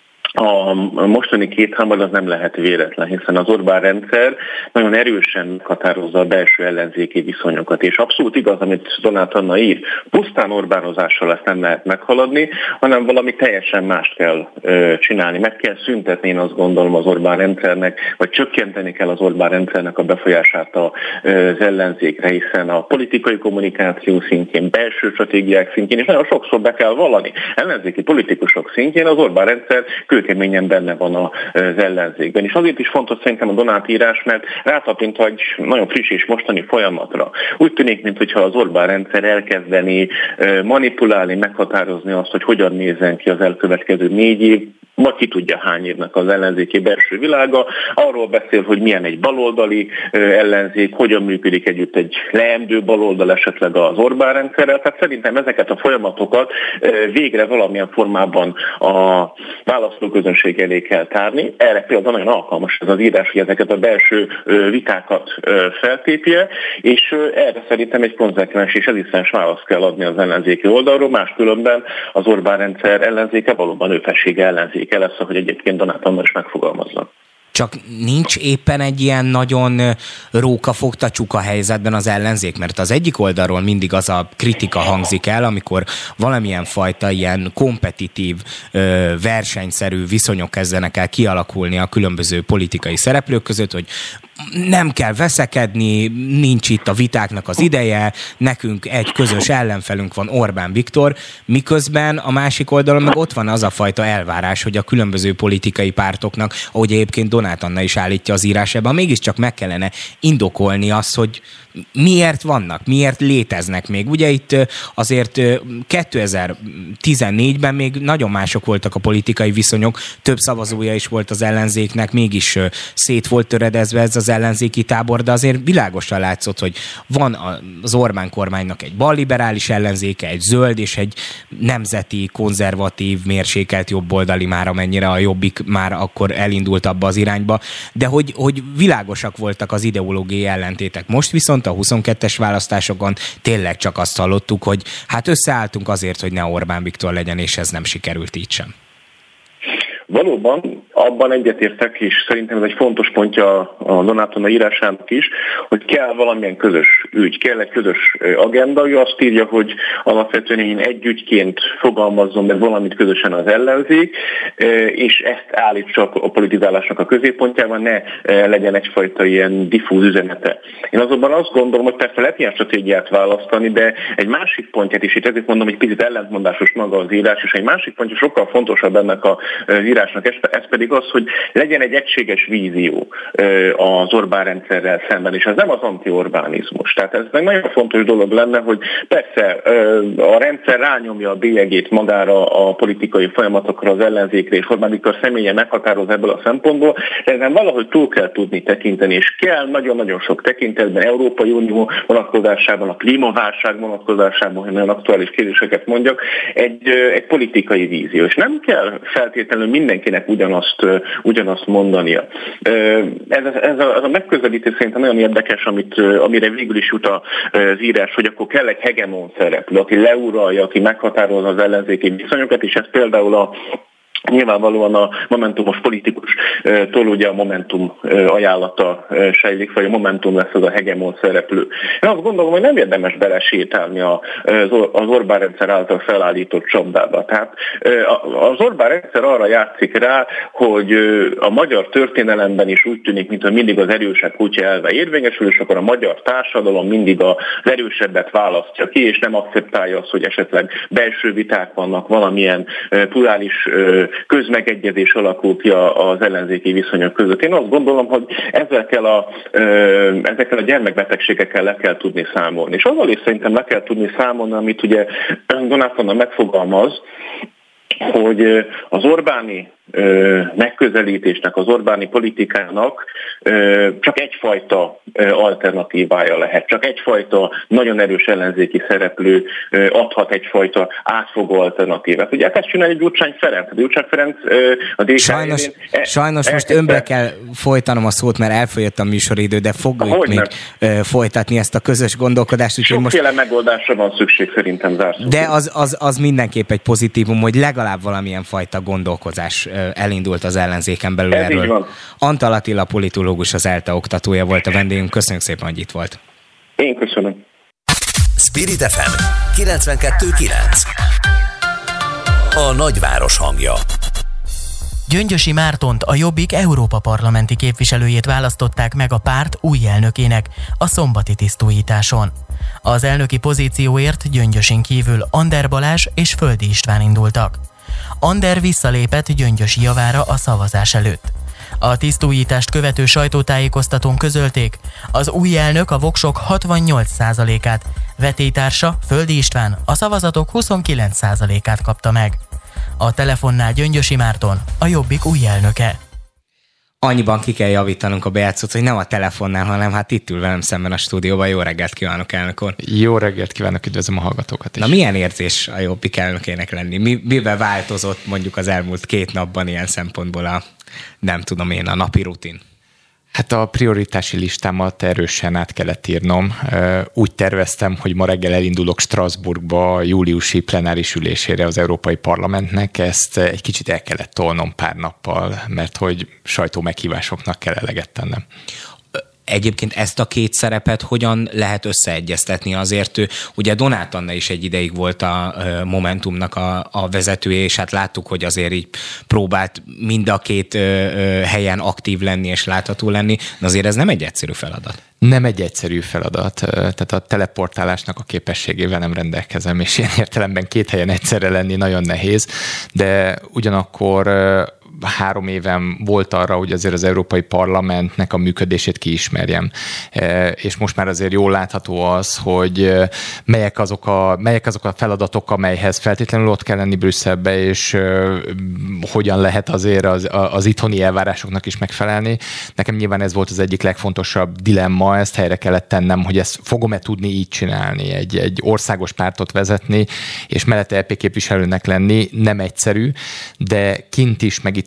mostani kétharmad az nem lehet véletlen, hiszen az Orbán rendszer nagyon erősen meghatározza a belső ellenzéki viszonyokat, és abszolút igaz, amit Donát Anna ír, pusztán Orbánozással ezt nem lehet meghaladni, hanem valami teljesen mást kell csinálni. Meg kell szüntetni, én azt gondolom, az Orbán rendszernek, vagy csökkenteni kell az Orbán rendszernek a befolyását az ellenzékre, hiszen a politikai kommunikáció szintjén, belső stratégiák szintjén, és nagyon sokszor be kell vallani. Ellenzéki politikusok szintjén az Orbán rendszer kőkeményen benne van az ellenzékben. És azért is fontos szerintem a Donát írás, mert rátapint egy nagyon friss és mostani folyamatra. Úgy tűnik, mintha az Orbán rendszer elkezdeni manipulálni, meghatározni azt, hogy hogyan nézzen ki az elkövetkező 4 év, vagy ki tudja hány évnek az ellenzéki belső világa. Arról beszél, hogy milyen egy baloldali ellenzék, hogyan működik együtt egy leendő baloldal esetleg az Orbán rendszerrel. Tehát szerintem ezeket a folyamatokat végre valamilyen formában a választóközönség elé kell tárni. Erre például nagyon alkalmas ez az írás, hogy ezeket a belső vitákat feltépje, és erre szerintem egy konzekvens és ezisztens választ kell adni az ellenzéki oldalról, máskülönben az Orbán rendszer ellenzéke valóban őfessége ellenzéke lesz, ahogy egyébként Donát Anna is megfogalmazza. Csak nincs éppen egy ilyen nagyon rókafogta csuka helyzetben az ellenzék, mert az egyik oldalról mindig az a kritika hangzik el, amikor valamilyen fajta ilyen kompetitív, versenyszerű viszonyok kezdenek el kialakulni a különböző politikai szereplők között, hogy nem kell veszekedni, nincs itt a vitáknak az ideje, nekünk egy közös ellenfelünk van, Orbán Viktor, miközben a másik oldalon meg ott van az a fajta elvárás, hogy a különböző politikai pártoknak, ahogy egyébként Donát Anna is állítja az írásában, mégiscsak meg kellene indokolni azt, hogy miért vannak, miért léteznek még. Ugye itt azért 2014-ben még nagyon mások voltak a politikai viszonyok, több szavazója is volt az ellenzéknek, mégis szét volt töredezve ez az ellenzéki tábor, de azért világosan látszott, hogy van az Orbán kormánynak egy balliberális ellenzéke, egy zöld és egy nemzeti, konzervatív, mérsékelt jobboldali, már amennyire a Jobbik már akkor elindult abba az irányba, de hogy világosak voltak az ideológiai ellentétek. Most viszont a 22-es választásokon tényleg csak azt hallottuk, hogy hát összeálltunk azért, hogy ne Orbán Viktor legyen, és ez nem sikerült így sem. Valóban abban egyetértek, és szerintem ez egy fontos pontja a Donátona írásának is, hogy kell valamilyen közös ügy, kell egy közös agenda. Ő azt írja, hogy alapvetően én egy ügyként fogalmazzon meg valamit közösen az ellenzék, és ezt állítsa a politizálásnak a középpontjában, ne legyen egyfajta ilyen diffúz üzenete. Én azonban azt gondolom, hogy persze lehet ilyen stratégiát választani, de egy másik pontját is, itt ezért mondom, hogy picit ellentmondásos maga az írás, és egy másik pontja sokkal fontosabb ennek az írásnak, ez pedig az, hogy legyen egy egységes vízió az Orbán rendszerrel szemben, és ez nem az anti-Orbánizmus. Tehát ez meg nagyon fontos dolog lenne, hogy persze a rendszer rányomja a bélyegét magára a politikai folyamatokra, az ellenzékre, és Orbán Viktor személye meghatároz ebből a szempontból, de ezen valahogy túl kell tudni tekinteni, és kell nagyon-nagyon sok tekintetben, Európai Unió vonatkozásában, a klímaválság vonatkozásában, hogy nagyon aktuális kérdéseket mondjak, egy politikai vízió. És nem kell feltétlenül mindenkinek ugyanazt mondania. Ez a megközelítés szerintem nagyon érdekes, amire végül is jut az írás, hogy akkor kell egy hegemon szereplő, aki leuralja, aki meghatározza az ellenzéki viszonyokat, és ez például nyilvánvalóan a momentumos politikustól ugye a Momentum ajánlata sejlik, vagy a Momentum lesz az a hegemon szereplő. Én azt gondolom, hogy nem érdemes belesétálni az Orbán rendszer által felállított csapdába. Tehát az Orbán rendszer arra játszik rá, hogy a magyar történelemben is úgy tűnik, mintha mindig az erősebb kutya elve érvényesül, és akkor a magyar társadalom mindig az erősebbet választja ki, és nem akceptálja azt, hogy esetleg belső viták vannak, valamilyen plurális közmegegyezés alakul ki az ellenzéki viszonyok között. Én azt gondolom, hogy ezekkel a gyermekbetegségekkel le kell tudni számolni. És azzal is szerintem le kell tudni számolni, amit ugye Donátona megfogalmaz, hogy az Orbáni megközelítésnek, az Orbáni politikának csak egyfajta alternatívája lehet, csak egyfajta nagyon erős ellenzéki szereplő adhat egyfajta átfogó alternatívát. Ugye ezt csinálja Gyurcsány Ferenc. Gyurcsány Ferenc a DK-n... Sajnos most önbe kell folytanom a szót, mert elfogyott a műsoridő, de fogjuk még folytatni ezt a közös gondolkodást. Sokféle megoldásra van szükség szerintem zárszóként. De az mindenképp egy pozitívum, hogy legalább valamilyen fajta gondolkozás elindult az ellenzéken belül erről. Antal Attila politológus, az ELTE oktatója volt a vendégünk. Köszönjük szépen, hogy itt volt. Én köszönöm. Spirit FM 92.9. A nagyváros hangja. Gyöngyösi Mártont, a Jobbik Európa parlamenti képviselőjét választották meg a párt új elnökének a szombati tisztújításon. Az elnöki pozícióért Gyöngyösin kívül Ander Balázs és Földi István indultak. Ander visszalépett Gyöngyösi javára a szavazás előtt. A tisztújítást követő sajtótájékoztatón közölték, az új elnök a voksok 68%-át, vetélytársa Földi István a szavazatok 29%-át kapta meg. A telefonnál Gyöngyösi Márton, a Jobbik új elnöke. Annyiban ki kell javítanunk a bejátszót, hogy nem a telefonnál, hanem hát itt ül velem szemben a stúdióban. Jó reggelt kívánok, elnök úr! Jó reggelt kívánok, üdvözlöm a hallgatókat is! Na, milyen érzés a Jobbik elnökének lenni? Miben változott mondjuk az elmúlt 2 napban ilyen szempontból a napi rutin? Hát a prioritási listámat erősen át kellett írnom. Úgy terveztem, hogy ma reggel elindulok Strasbourgba a júliusi plenáris ülésére az Európai Parlamentnek. Ezt egy kicsit el kellett tolnom pár nappal, mert hogy sajtómeghívásoknak kell eleget tennem. Egyébként ezt a 2 szerepet hogyan lehet összeegyeztetni? Azért ugye Donát Anna is egy ideig volt a Momentumnak a vezetője, és hát láttuk, hogy azért így próbált mind a 2 helyen aktív lenni és látható lenni, de azért ez nem egy egyszerű feladat. Nem egy egyszerű feladat, tehát a teleportálásnak a képességével nem rendelkezem, és ilyen értelemben 2 helyen egyszerre lenni nagyon nehéz, de ugyanakkor 3 évem volt arra, hogy azért az Európai Parlamentnek a működését kiismerjem. És most már azért jól látható az, hogy melyek azok a feladatok, amelyhez feltétlenül ott kell lenni Brüsszelbe, és hogyan lehet azért az itthoni elvárásoknak is megfelelni. Nekem nyilván ez volt az egyik legfontosabb dilemma, ezt helyre kellett tennem, hogy ezt fogom-e tudni így csinálni, egy országos pártot vezetni, és mellette EP képviselőnek lenni nem egyszerű, de kint is, meg itthon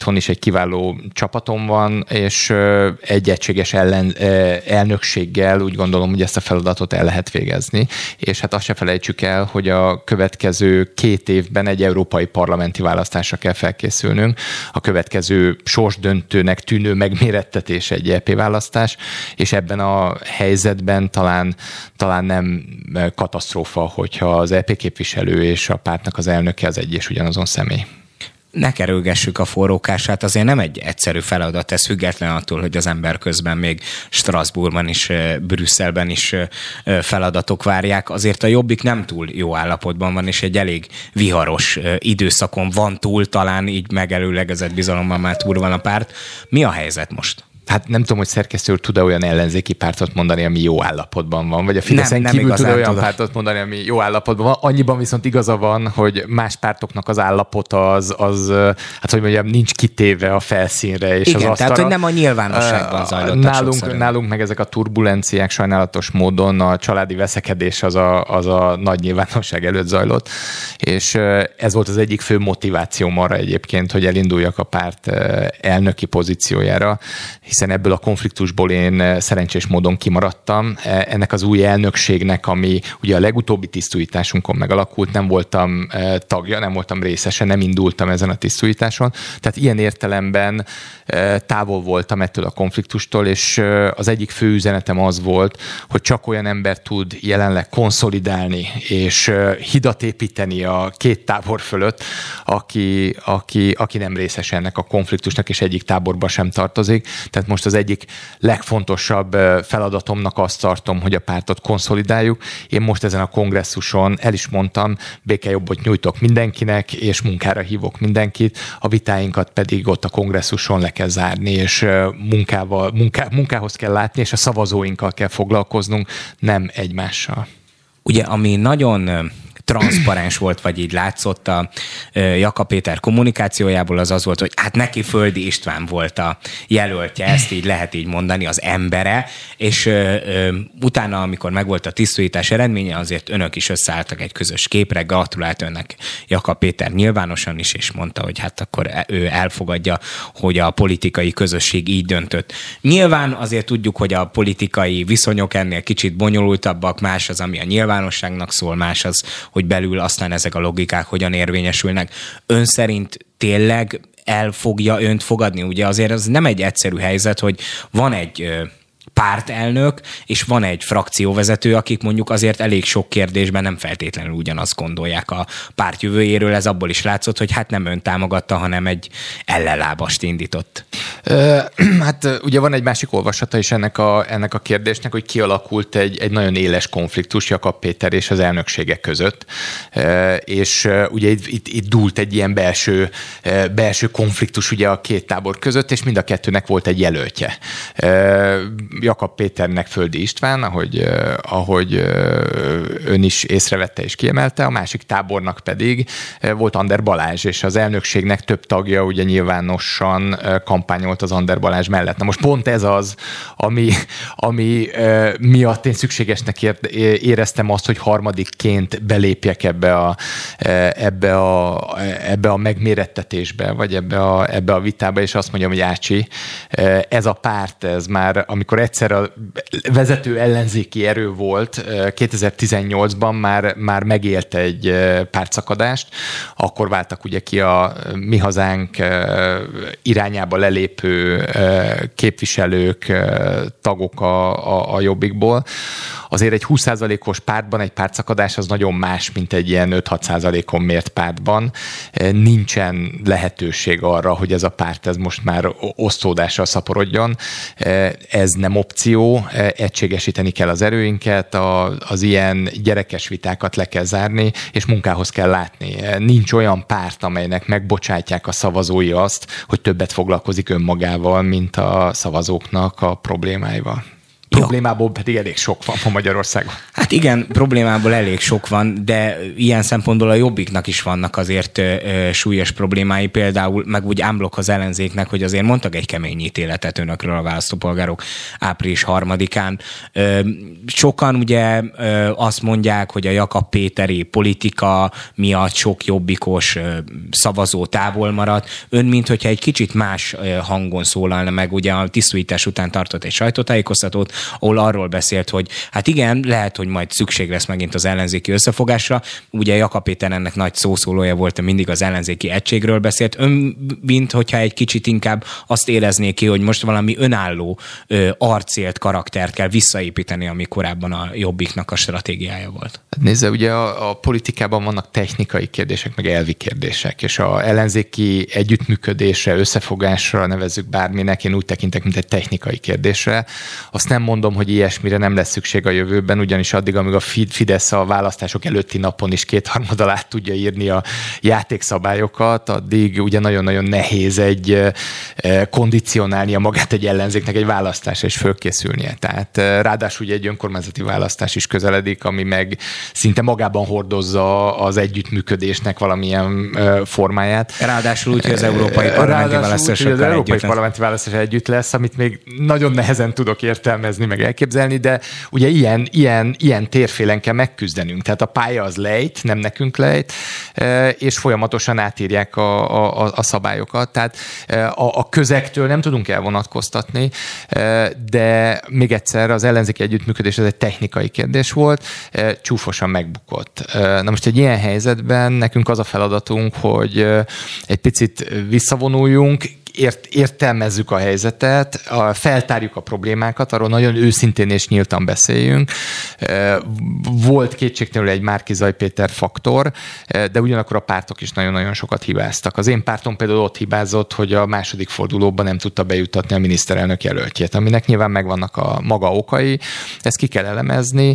itthon is egy kiváló csapatom van, és egy egységes elnökséggel úgy gondolom, hogy ezt a feladatot el lehet végezni. És hát azt se felejtsük el, hogy a következő 2 évben egy európai parlamenti választásra kell felkészülnünk. A következő sorsdöntőnek tűnő megmérettetés egy EP választás, és ebben a helyzetben talán nem katasztrófa, hogyha az EP képviselő és a pártnak az elnöke az egy és ugyanazon személy. Ne kerülgessük a forrókását, azért nem egy egyszerű feladat, ez független attól, hogy az ember közben még Strasbourgban is, Brüsszelben is feladatok várják. Azért a Jobbik nem túl jó állapotban van, és egy elég viharos időszakon van túl, talán így megelőlegezett bizalommal már túl van a párt. Mi a helyzet most? Hát nem tudom, hogy szerkesztő úr tud-e olyan ellenzéki pártot mondani, ami jó állapotban van, vagy a Fideszen kívül tud olyan pártot mondani, ami jó állapotban van. Annyiban viszont igaza van, hogy más pártoknak az állapota az hát hogy mondjam, nincs kitéve a felszínre és igen, az asztalra. Tehát, hogy nem a nyilvánosságban zajlottak nálunk meg ezek a turbulenciák sajnálatos módon a családi veszekedés az a nagy nyilvánosság előtt zajlott, és ez volt az egyik fő motivációm arra egyébként, hogy elinduljak a párt elnöki pozíciójára, hiszen ebből a konfliktusból én szerencsés módon kimaradtam. Ennek az új elnökségnek, ami ugye a legutóbbi tisztújításunkon megalakult, nem voltam tagja, nem voltam részese, nem indultam ezen a tisztújításon. Tehát ilyen értelemben távol voltam ettől a konfliktustól, és az egyik fő üzenetem az volt, hogy csak olyan ember tud jelenleg konszolidálni és hidat építeni a két tábor fölött, aki nem részes ennek a konfliktusnak, és egyik táborba sem tartozik. Tehát most az egyik legfontosabb feladatomnak azt tartom, hogy a pártot konszolidáljuk. Én most ezen a kongresszuson el is mondtam, békejobbot nyújtok mindenkinek, és munkára hívok mindenkit, a vitáinkat pedig ott a kongresszuson le kell zárni, és munkához kell látni, és a szavazóinkkal kell foglalkoznunk, nem egymással. Ugye, ami nagyon transzparens volt, vagy így látszott a Jakab Péter kommunikációjából, az volt, hogy hát neki Földi István volt a jelöltje, ezt így lehet így mondani, az embere, és utána, amikor megvolt a tisztújítás eredménye, azért önök is összeálltak egy közös képre, gratulált önnek Jakab Péter nyilvánosan is, és mondta, hogy hát akkor ő elfogadja, hogy a politikai közösség így döntött. Nyilván azért tudjuk, hogy a politikai viszonyok ennél kicsit bonyolultabbak, más az, ami a nyilvánosságnak szól, más az, hogy belül aztán ezek a logikák hogyan érvényesülnek. Ön szerint tényleg el fogja önt fogadni? Ugye azért az nem egy egyszerű helyzet, hogy van egy pártelnök, és van egy frakcióvezető, akik mondjuk azért elég sok kérdésben nem feltétlenül ugyanazt gondolják a párt jövőjéről. Ez abból is látszott, hogy hát nem ön támogatta, hanem egy ellenlábast indított. Hát ugye van egy másik olvasata is ennek a kérdésnek, hogy kialakult egy nagyon éles konfliktus Jakab Péter és az elnökségek között, és ugye itt dúlt egy ilyen belső konfliktus ugye a két tábor között, és mind a kettőnek volt egy jelöltje. Jakab Péternek Földi István, ahogy ön is észrevette és kiemelte, a másik tábornak pedig volt Ander Balázs, és az elnökségnek több tagja ugye nyilvánosan kampányolt az Ander Balázs mellett. Na most pont ez az, ami miatt én szükségesnek éreztem azt, hogy harmadikként belépjek ebbe a megmérettetésbe, vagy ebbe a vitába, és azt mondjam, hogy Ácsi, ez a párt, ez már, amikor egyszer a vezető ellenzéki erő volt, 2018-ban már megélt egy pártszakadást, akkor váltak ugye ki a Mi Hazánk irányába lelépő képviselők, tagok a Jobbikból. Azért egy 20%-os pártban egy pártszakadás az nagyon más, mint egy ilyen 5-6%-on mért pártban. Nincsen lehetőség arra, hogy ez a párt ez most már osztódással szaporodjon. Ez nem opció, egységesíteni kell az erőinket, az ilyen gyerekes vitákat le kell zárni, és munkához kell látni. Nincs olyan párt, amelynek megbocsátják a szavazói azt, hogy többet foglalkozik önmagával, mint a szavazóknak a problémáival. problémából pedig elég sok van Magyarországon. Hát igen, problémából elég sok van, de ilyen szempontból a Jobbiknak is vannak azért súlyos problémái, például meg úgy ámblok az ellenzéknek, hogy azért mondtak egy kemény ítéletet önökről a választópolgárok április 3-án. Sokan ugye azt mondják, hogy a Jakab Péteri politika miatt sok jobbikos szavazó távol maradt. Ön, mint hogyha egy kicsit más hangon szólalna meg, ugye a tisztújítás után tartott egy sajtótájékoztatót, ahol arról beszélt, hogy hát igen, lehet, hogy majd szükség lesz megint az ellenzéki összefogásra. Ugye Jakab Péter ennek nagy szószólója volt, mindig az ellenzéki egységről beszélt. Ön, mint hogyha egy kicsit inkább azt érezné ki, hogy most valami önálló arcélt karaktert kell visszaépíteni, ami korábban a Jobbiknak a stratégiája volt. Nézze, ugye a politikában vannak technikai kérdések, meg elvi kérdések, és a ellenzéki együttműködésre, összefogásra, nevezzük bárminek, én úgy tekintek, mint egy technikai kérdésre. Azt nem mondom, hogy ilyesmire nem lesz szükség a jövőben, ugyanis addig, amíg a Fidesz a választások előtti napon is 2/3 alá tudja írni a játékszabályokat, addig ugye nagyon-nagyon nehéz kondicionálnia magát egy ellenzéknek egy választásra és fölkészülnie. Tehát ráadásul ugye egy önkormányzati választás is közeledik, ami meg szinte magában hordozza az együttműködésnek valamilyen formáját. Ráadásul úgy, hogy az európai parlamenti választás együtt lesz, amit még nagyon nehezen tudok értelmezni, meg elképzelni, de ugye ilyen térfélen kell megküzdenünk. Tehát a pálya az lejt, nem nekünk lejt, és folyamatosan átírják a szabályokat. Tehát a közektől nem tudunk elvonatkoztatni, de még egyszer az ellenzéki együttműködés ez egy technikai kérdés volt, csúfosan megbukott. Na most egy ilyen helyzetben nekünk az a feladatunk, hogy egy picit visszavonuljunk, értelmezzük a helyzetet, feltárjuk a problémákat, arról nagyon őszintén és nyíltan beszéljünk. Volt kétségtelenül egy Márki-Zay Péter faktor, de ugyanakkor a pártok is nagyon-nagyon sokat hibáztak. Az én pártom például ott hibázott, hogy a második fordulóban nem tudta bejuttatni a miniszterelnök jelöltjét, aminek nyilván megvannak a maga okai. Ezt ki kell elemezni.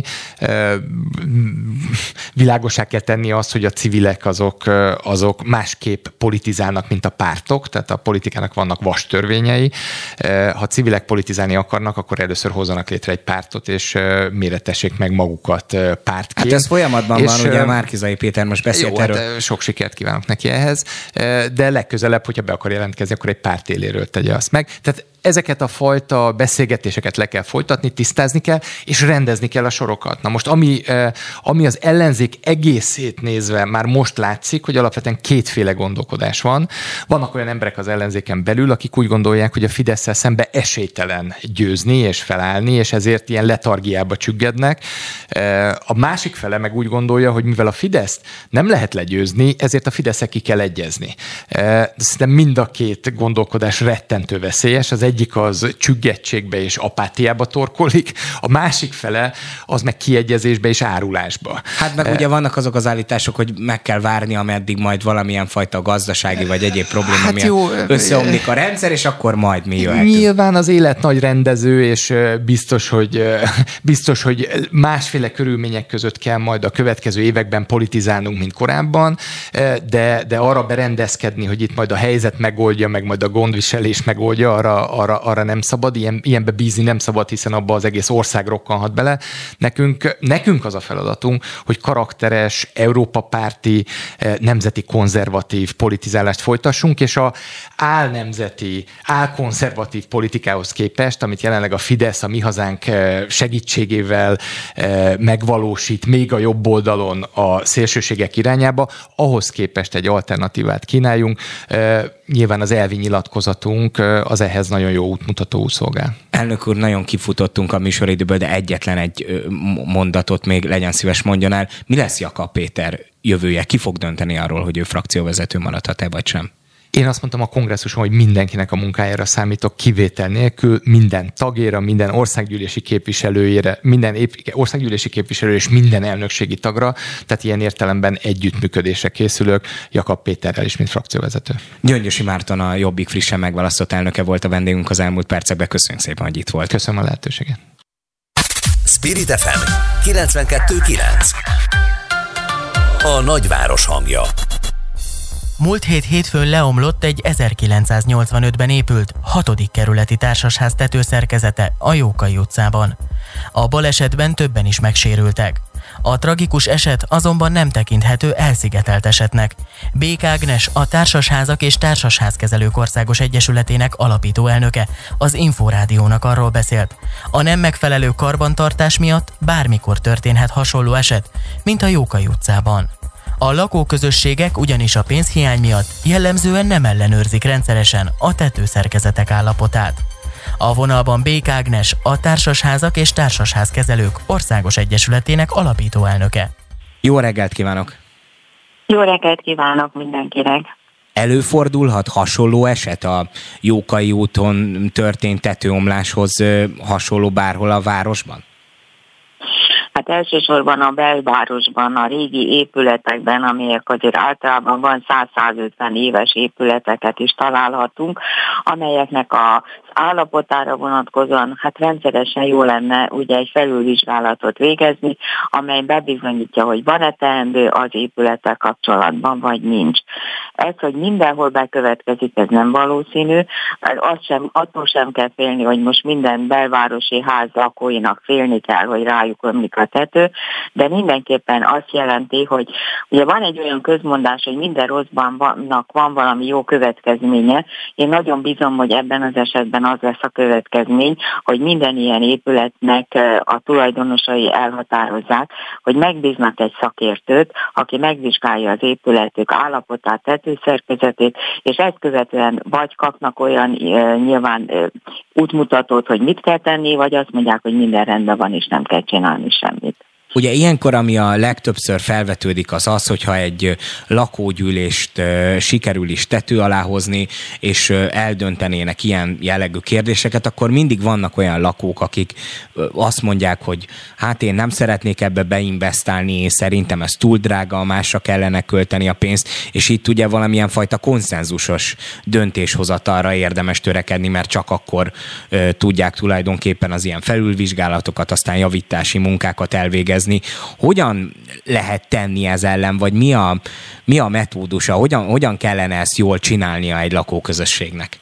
Világossá kell tenni azt, hogy a civilek azok másképp politizálnak, mint a pártok, tehát a politikának vannak vas törvényei. Ha civilek politizálni akarnak, akkor először hozzanak létre egy pártot, és méretessék meg magukat pártként. Hát ez folyamatban van, ugye Márki-Zay Péter most beszélt erről. Hát sok sikert kívánok neki ehhez, de legközelebb, hogyha be akar jelentkezni, akkor egy párt éléről tegye azt meg. Tehát ezeket a fajta beszélgetéseket le kell folytatni, tisztázni kell, és rendezni kell a sorokat. Na most, ami az ellenzék egészét nézve már most látszik, hogy alapvetően kétféle gondolkodás van. Vannak olyan emberek az ellenzéken belül, akik úgy gondolják, hogy a Fidesszel szembe esélytelen győzni és felállni, és ezért ilyen letargiába csüggednek. A másik fele meg úgy gondolja, hogy mivel a Fideszt nem lehet legyőzni, ezért a Fidesszel ki kell egyezni. Szerintem mind a két gondolkodás rettentő veszélyes. Az egyik az csüggettségbe és apátiába torkolik, a másik fele az meg kiegyezésbe és árulásba. Hát meg ugye vannak azok az állítások, hogy meg kell várni, ameddig majd valamilyen fajta gazdasági vagy egyéb probléma miatt összeomlik a rendszer, és akkor majd mi jöhet. Nyilván az élet nagy rendező, és biztos, hogy másféle körülmények között kell majd a következő években politizálnunk, mint korábban, de arra berendezkedni, hogy itt majd a helyzet megoldja, meg majd a gondviselés megoldja, arra nem szabad, ilyenbe bízni nem szabad, hiszen abba az egész ország rokkanhat bele. Nekünk az a feladatunk, hogy karakteres, Európa-párti, nemzeti konzervatív politizálást folytassunk, és a álnemzeti, álkonzervatív politikához képest, amit jelenleg a Fidesz, a Mi Hazánk segítségével megvalósít még a jobb oldalon a szélsőségek irányába, ahhoz képest egy alternatívát kínáljunk. Nyilván az elvi nyilatkozatunk az ehhez nagyon jó útmutató szolgál. Elnök úr, nagyon kifutottunk a műsoridőből, de egyetlen egy mondatot még legyen szíves mondjon el. Mi lesz Jakab Péter jövője? Ki fog dönteni arról, hogy ő frakcióvezető maradhat-e vagy sem? Én azt mondtam a kongresszuson, hogy mindenkinek a munkájára számítok, kivétel nélkül, minden tagéra, minden országgyűlési képviselőjére, minden országgyűlési képviselő és minden elnökségi tagra, tehát ilyen értelemben együttműködésre készülök Jakab Péterrel is, mint frakcióvezető. Gyöngyösi Márton, a Jobbik frissen megválasztott elnöke volt a vendégünk az elmúlt percekben. Köszönjük szépen, hogy itt volt. Köszönöm a lehetőséget. Spirit FM 92.9. A nagyváros hangja. Múlt hétfőn leomlott egy 1985-ben épült 6. kerületi társasház tetőszerkezete a Jókai utcában. A balesetben többen is megsérültek. A tragikus eset azonban nem tekinthető elszigetelt esetnek. Bék Ágnes, a Társasházak és Társasházkezelők Országos Egyesületének alapító elnöke az Inforádiónak arról beszélt. A nem megfelelő karbantartás miatt bármikor történhet hasonló eset, mint a Jókai utcában. A lakóközösségek ugyanis a pénzhiány miatt jellemzően nem ellenőrzik rendszeresen a tetőszerkezetek állapotát. A vonalban Bék Ágnes, a Társasházak és Társasházkezelők Országos Egyesületének alapító elnöke. Jó reggelt kívánok! Jó reggelt kívánok mindenkinek! Előfordulhat hasonló eset a Jókai úton történt tetőomláshoz hasonló bárhol a városban? Hát elsősorban a belvárosban, a régi épületekben, amelyek azért általában van 100-150 éves épületeket is találhatunk, amelyeknek az állapotára vonatkozóan hát rendszeresen jó lenne ugye egy felülvizsgálatot végezni, amely bebizonyítja, hogy van-e teendő az épülettel kapcsolatban, vagy nincs. Ez, hogy mindenhol bekövetkezik, ez nem valószínű, attól sem kell félni, hogy most minden belvárosi ház lakóinak félni kell, hogy rájuk ömlik a tető, de mindenképpen azt jelenti, hogy ugye van egy olyan közmondás, hogy minden rosszban van valami jó következménye. Én nagyon bízom, hogy ebben az esetben az lesz a következmény, hogy minden ilyen épületnek a tulajdonosai elhatározzák, hogy megbíznak egy szakértőt, aki megvizsgálja az épületük állapotát, tetőszerkezetét, és ezt követően vagy kapnak olyan nyilván útmutatót, hogy mit kell tenni, vagy azt mondják, hogy minden rendben van, és nem kell csinálni semmit. Ugye ilyenkor, ami a legtöbbször felvetődik, az, hogyha egy lakógyűlést sikerül is tető alá hozni, és eldöntenének ilyen jellegű kérdéseket, akkor mindig vannak olyan lakók, akik azt mondják, hogy hát én nem szeretnék ebbe beinvestálni, én szerintem ez túl drága, másra kellene költeni a pénzt, és itt ugye valamilyen fajta konszenzusos döntéshozatalra érdemes törekedni, mert csak akkor tudják tulajdonképpen az ilyen felülvizsgálatokat, aztán javítási munkákat elvégezni. Hogyan lehet tenni ez ellen, vagy mi a metódusa, hogyan kellene ezt jól csinálnia egy lakóközösségnek?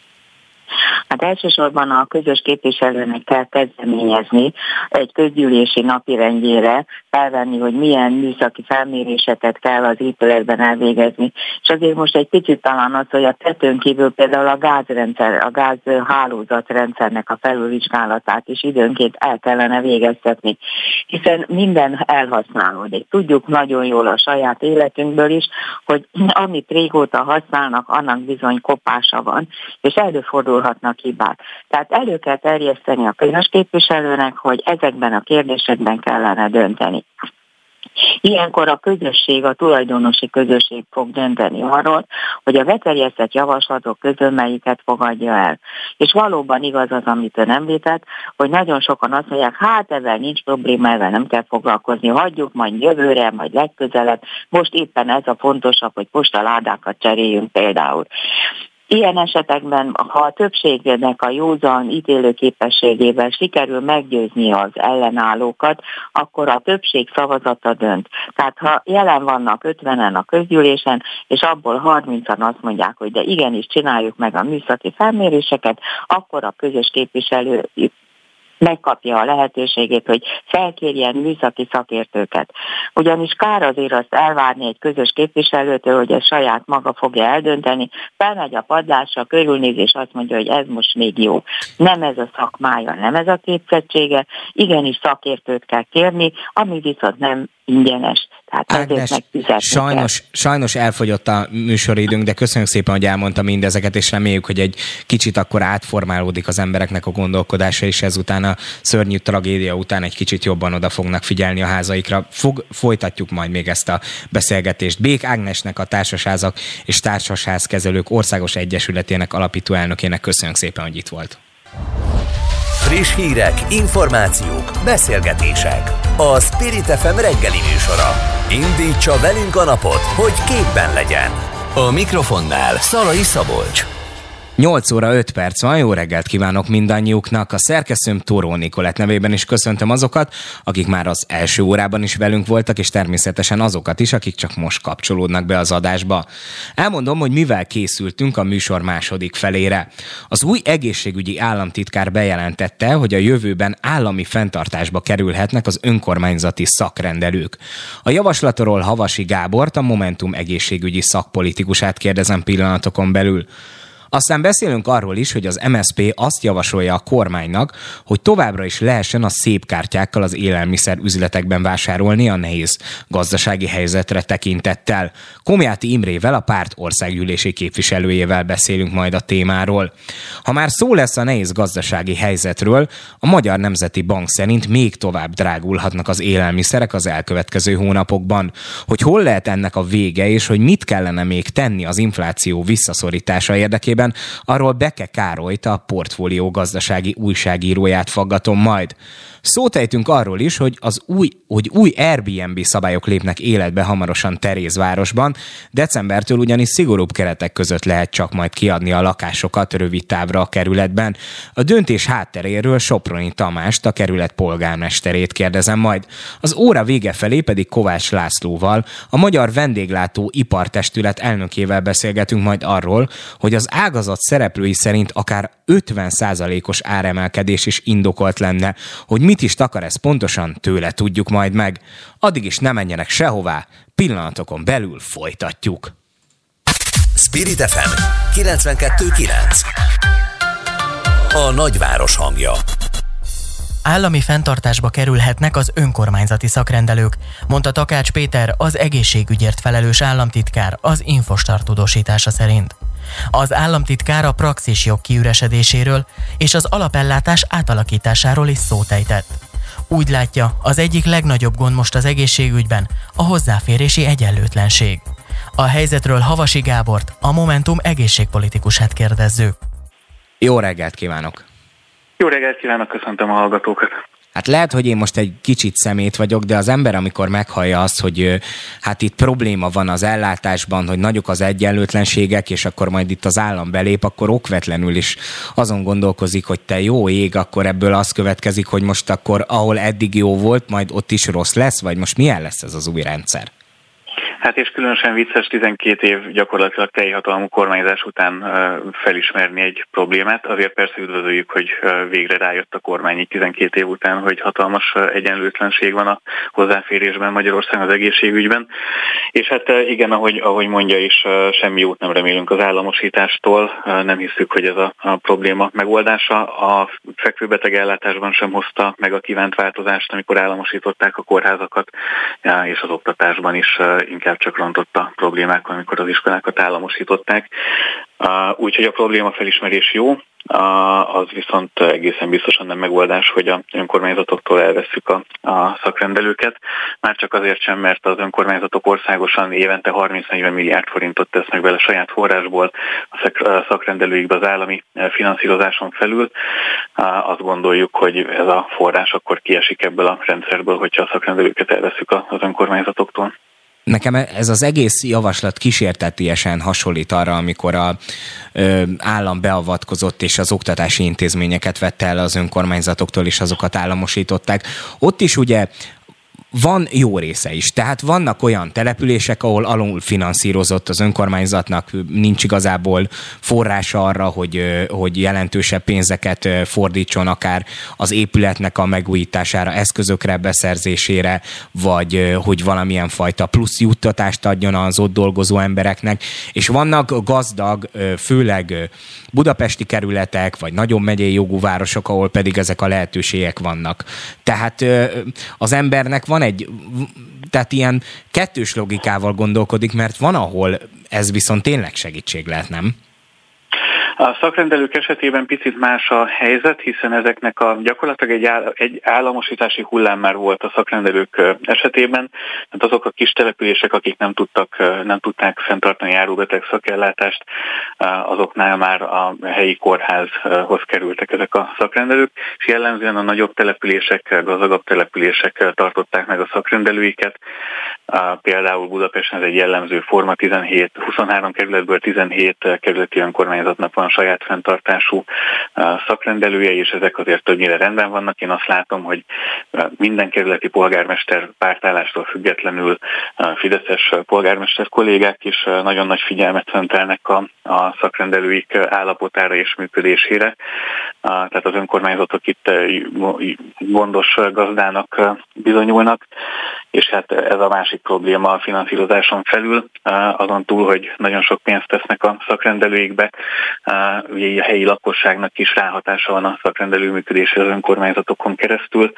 Hát elsősorban a közös képviselőnek kell kezdeményezni egy közgyűlési napirendjére, felvenni, hogy milyen műszaki felméréseket kell az épületben elvégezni. És azért most egy picit talán az, hogy a tetőn kívül például a gázrendszer, a gázhálózatrendszernek a felülvizsgálatát is időnként el kellene végeztetni, hiszen minden elhasználódik. Tudjuk nagyon jól a saját életünkből is, hogy amit régóta használnak, annak bizony kopása van, és előfordulhatnak hibák. Tehát elő kell terjeszteni a közös képviselőnek, hogy ezekben a kérdésekben kellene dönteni. Ilyenkor a közösség, a tulajdonosi közösség fog dönteni arról, hogy a beterjesztett javaslatok közül melyiket fogadja el. És valóban igaz az, amit ön említett, hogy nagyon sokan azt mondják, hát ezzel nincs probléma, ezzel nem kell foglalkozni, hagyjuk majd jövőre, majd legközelebb, most éppen ez a fontosabb, hogy postaládákat cseréljünk például. Ilyen esetekben, ha a többségnek a józan ítélőképességével sikerül meggyőzni az ellenállókat, akkor a többség szavazata dönt. Tehát ha jelen vannak 50-en a közgyűlésen, és abból 30-an azt mondják, hogy de igenis csináljuk meg a műszaki felméréseket, akkor a közös képviselő megkapja a lehetőségét, hogy felkérjen műszaki szakértőket. Ugyanis kár azért azt elvárni egy közös képviselőtől, hogy ezt saját maga fogja eldönteni, felmegy a padlásra, körülnéz, és azt mondja, hogy ez most még jó. Nem ez a szakmája, nem ez a képzettsége, igenis szakértőt kell kérni, ami viszont nem ingyenes. Ágnes, sajnos elfogyott a műsoridőnk, de köszönjük szépen, hogy elmondta mindezeket, és reméljük, hogy egy kicsit akkor átformálódik az embereknek a gondolkodása, és ezután a szörnyű tragédia után egy kicsit jobban oda fognak figyelni a házaikra. Folytatjuk majd még ezt a beszélgetést. Bék Ágnesnek, a Társasházak és Társasházkezelők Országos Egyesületének alapító elnökének köszönjük szépen, hogy itt volt. Friss hírek, információk, beszélgetések. A Spirit FM reggeli műsora. Indítsa velünk a napot, hogy képben legyen. A mikrofonnál Szalai Szabolcs. 8 óra 5 perc van, jó reggelt kívánok mindannyiuknak. A szerkesztőm Tóró Nikolett nevében is köszöntöm azokat, akik már az első órában is velünk voltak, és természetesen azokat is, akik csak most kapcsolódnak be az adásba. Elmondom, hogy mivel készültünk a műsor második felére. Az új egészségügyi államtitkár bejelentette, hogy a jövőben állami fenntartásba kerülhetnek az önkormányzati szakrendelők. A javaslatról Havasi Gábort, a Momentum egészségügyi szakpolitikusát kérdezem pillanatokon belül. Aztán beszélünk arról is, hogy az MSZP azt javasolja a kormánynak, hogy továbbra is lehessen a szép kártyákkal az élelmiszer üzletekben vásárolni a nehéz gazdasági helyzetre tekintettel. Komjáti Imrével, a párt országgyűlési képviselőjével beszélünk majd a témáról. Ha már szó lesz a nehéz gazdasági helyzetről, a Magyar Nemzeti Bank szerint még tovább drágulhatnak az élelmiszerek az elkövetkező hónapokban. Hogy hol lehet ennek a vége, és hogy mit kellene még tenni az infláció visszaszorítása érdekében, arról Beke Károlyt, a Portfólió gazdasági újságíróját faggatom majd. Szót ejtünk arról is, hogy új Airbnb szabályok lépnek életbe hamarosan Terézvárosban, decembertől ugyanis szigorúbb keretek között lehet csak majd kiadni a lakásokat rövid távra a kerületben. A döntés hátteréről Soproni Tamást, a kerület polgármesterét kérdezem majd. Az óra vége felé pedig Kovács Lászlóval, a Magyar Vendéglátó Ipartestület elnökével beszélgetünk majd arról, hogy az ágazat szereplői szerint akár 50%-os áremelkedés is indokolt lenne. Hogy mit is takar ez pontosan, tőle tudjuk majd meg. Addig is ne menjenek sehová, pillanatokon belül folytatjuk. Spirit FM 92.9. A nagyváros hangja. Állami fenntartásba kerülhetnek az önkormányzati szakrendelők, mondta Takács Péter, az egészségügyért felelős államtitkár az Infostart tudósítása szerint. Az államtitkár a praxis jog kiüresedéséről és az alapellátás átalakításáról is szót ejtett. Úgy látja, az egyik legnagyobb gond most az egészségügyben a hozzáférési egyenlőtlenség. A helyzetről Havasi Gábort, a Momentum egészségpolitikusát kérdezzük. Jó reggelt kívánok! Jó reggelt kívánok, köszöntöm a hallgatókat! Hát lehet, hogy én most egy kicsit szemét vagyok, de az ember, amikor meghallja azt, hogy hát itt probléma van az ellátásban, hogy nagyok az egyenlőtlenségek, és akkor majd itt az állam belép, akkor okvetlenül is azon gondolkozik, hogy te jó ég, akkor ebből az következik, hogy most akkor ahol eddig jó volt, majd ott is rossz lesz, vagy most milyen lesz ez az új rendszer? Hát és különösen vicces 12 év gyakorlatilag teljhatalmú kormányzás után felismerni egy problémát. Azért persze üdvözöljük, hogy végre rájött a kormány így 12 év után, hogy hatalmas egyenlőtlenség van a hozzáférésben Magyarországon az egészségügyben. És hát igen, ahogy mondja is, semmi jót nem remélünk az államosítástól. Nem hiszük, hogy ez a probléma megoldása. A fekvőbeteg ellátásban sem hozta meg a kívánt változást, amikor államosították a kórházakat, és az oktatásban is inkább csak rontott a problémákon, amikor az iskolákat államosították. Úgyhogy a probléma felismerés jó, az viszont egészen biztosan nem megoldás, hogy az önkormányzatoktól elvesszük a szakrendelőket. Már csak azért sem, mert az önkormányzatok országosan évente 30-40 milliárd forintot tesznek bele saját forrásból a szakrendelőikbe az állami finanszírozáson felül. Azt gondoljuk, hogy ez a forrás akkor kiesik ebből a rendszerből, hogyha a szakrendelőket elvesszük az önkormányzatoktól. Nekem ez az egész javaslat kísértetiesen hasonlít arra, amikor az állam beavatkozott és az oktatási intézményeket vette el az önkormányzatoktól, és azokat államosították. Ott is ugye van jó része is. Tehát vannak olyan települések, ahol alul finanszírozott az önkormányzatnak, nincs igazából forrása arra, hogy jelentősebb pénzeket fordítson akár az épületnek a megújítására, eszközökre beszerzésére, vagy hogy valamilyen fajta plusz juttatást adjon az ott dolgozó embereknek. És vannak gazdag, főleg budapesti kerületek, vagy nagyobb megyei jogú városok, ahol pedig ezek a lehetőségek vannak. Tehát az embernek van tehát ilyen kettős logikával gondolkodik, mert van, ahol ez viszont tényleg segítség lehet, nem? A szakrendelők esetében picit más a helyzet, hiszen ezeknek gyakorlatilag egy államosítási hullám már volt a szakrendelők esetében. Hát azok a kis települések, akik nem tudták fenntartani járóbeteg szakellátást, azoknál már a helyi kórházhoz kerültek ezek a szakrendelők, és jellemzően a nagyobb települések, gazdagabb települések tartották meg a szakrendelőiket. Például Budapesten ez egy jellemző forma, 23 kerületből 17 kerületi önkormányzatnak van saját fenntartású szakrendelője, és ezek azért többnyire rendben vannak. Én azt látom, hogy minden kerületi polgármester pártállástól függetlenül fideszes polgármester kollégák is nagyon nagy figyelmet szentelnek a szakrendelőik állapotára és működésére. Tehát az önkormányzatok itt gondos gazdának bizonyulnak, és hát ez a másik probléma a finanszírozáson felül, azon túl, hogy nagyon sok pénzt tesznek a szakrendelőikbe, ugye a helyi lakosságnak is ráhatása van a szakrendelő működésre az önkormányzatokon keresztül.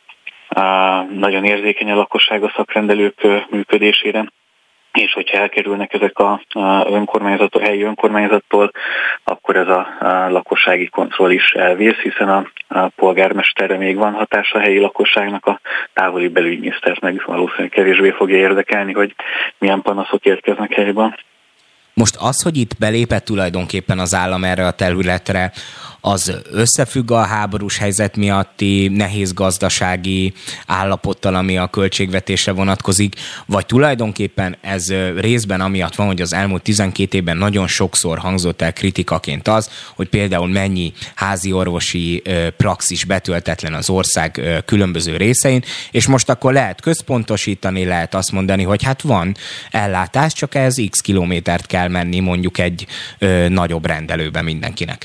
Nagyon érzékeny a lakosság a szakrendelők működésére, és hogyha elkerülnek ezek a helyi önkormányzattól, akkor ez a lakossági kontroll is elvész, hiszen a polgármesterre még van hatása a helyi lakosságnak, a távoli belügyminisztert meg valószínűleg kevésbé fogja érdekelni, hogy milyen panaszok érkeznek helyben. Most az, hogy itt belépett tulajdonképpen az állam erre a területre, az összefügg a háborús helyzet miatti nehéz gazdasági állapottal, ami a költségvetésre vonatkozik, vagy tulajdonképpen ez részben amiatt van, hogy az elmúlt 12 évben nagyon sokszor hangzott el kritikaként az, hogy például mennyi házi orvosi praxis betöltetlen az ország különböző részein, és most akkor lehet központosítani, lehet azt mondani, hogy hát van ellátás, csak ez x kilométert kell menni mondjuk egy nagyobb rendelőbe mindenkinek.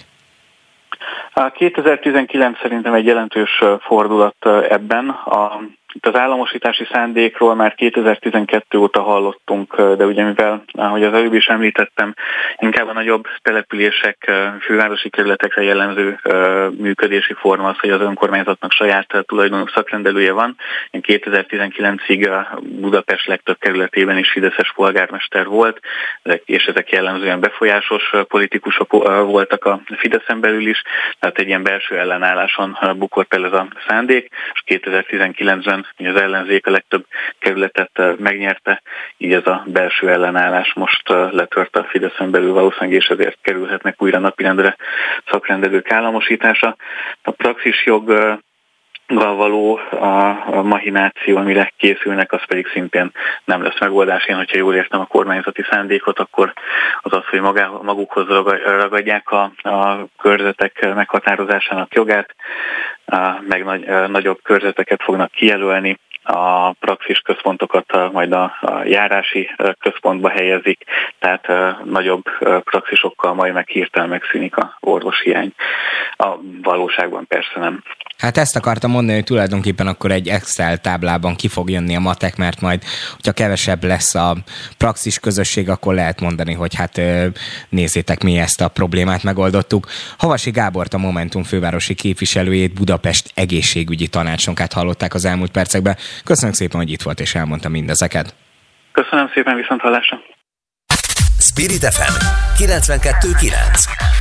A 2019 szerintem egy jelentős fordulat ebben. Itt az államosítási szándékról már 2012 óta hallottunk, de ugye mivel, ahogy az előbb is említettem, inkább a nagyobb települések, fővárosi kerületekre jellemző működési forma az, hogy az önkormányzatnak saját tulajdonú szakrendelője van. 2019-ig Budapest legtöbb kerületében is fideszes polgármester volt, és ezek jellemzően befolyásos politikusok voltak a Fideszen belül is, tehát egy ilyen belső ellenálláson bukott el ez a szándék, és 2019-ben az ellenzék a legtöbb kerületet megnyerte, így ez a belső ellenállás most letört a Fideszen belül valószínűleg, és ezért kerülhetnek újra napirendre szakrendelők államosítása. A praxisjog való a mahináció, amire készülnek, az pedig szintén nem lesz megoldás. Én, hogyha jól értem a kormányzati szándékot, akkor az, hogy magukhoz ragadják a körzetek meghatározásának jogát, meg nagyobb körzeteket fognak kijelölni, a praxis központokat majd a járási központba helyezik, tehát nagyobb praxisokkal majd meg hirtelen megszűnik a orvoshiány. A valóságban persze nem. Hát ezt akartam mondani, hogy tulajdonképpen akkor egy Excel táblában ki fog jönni a matek, mert majd, hogyha kevesebb lesz a praxis közösség, akkor lehet mondani, hogy hát nézzétek, mi ezt a problémát megoldottuk. Havasi Gábort, a Momentum fővárosi képviselőjét, Budapest egészségügyi tanácsnokát hallották az elmúlt percekben. Köszönjük szépen, hogy itt volt és elmondta mindezeket. Köszönöm szépen, viszonthallásra. Spirit FM 92.9.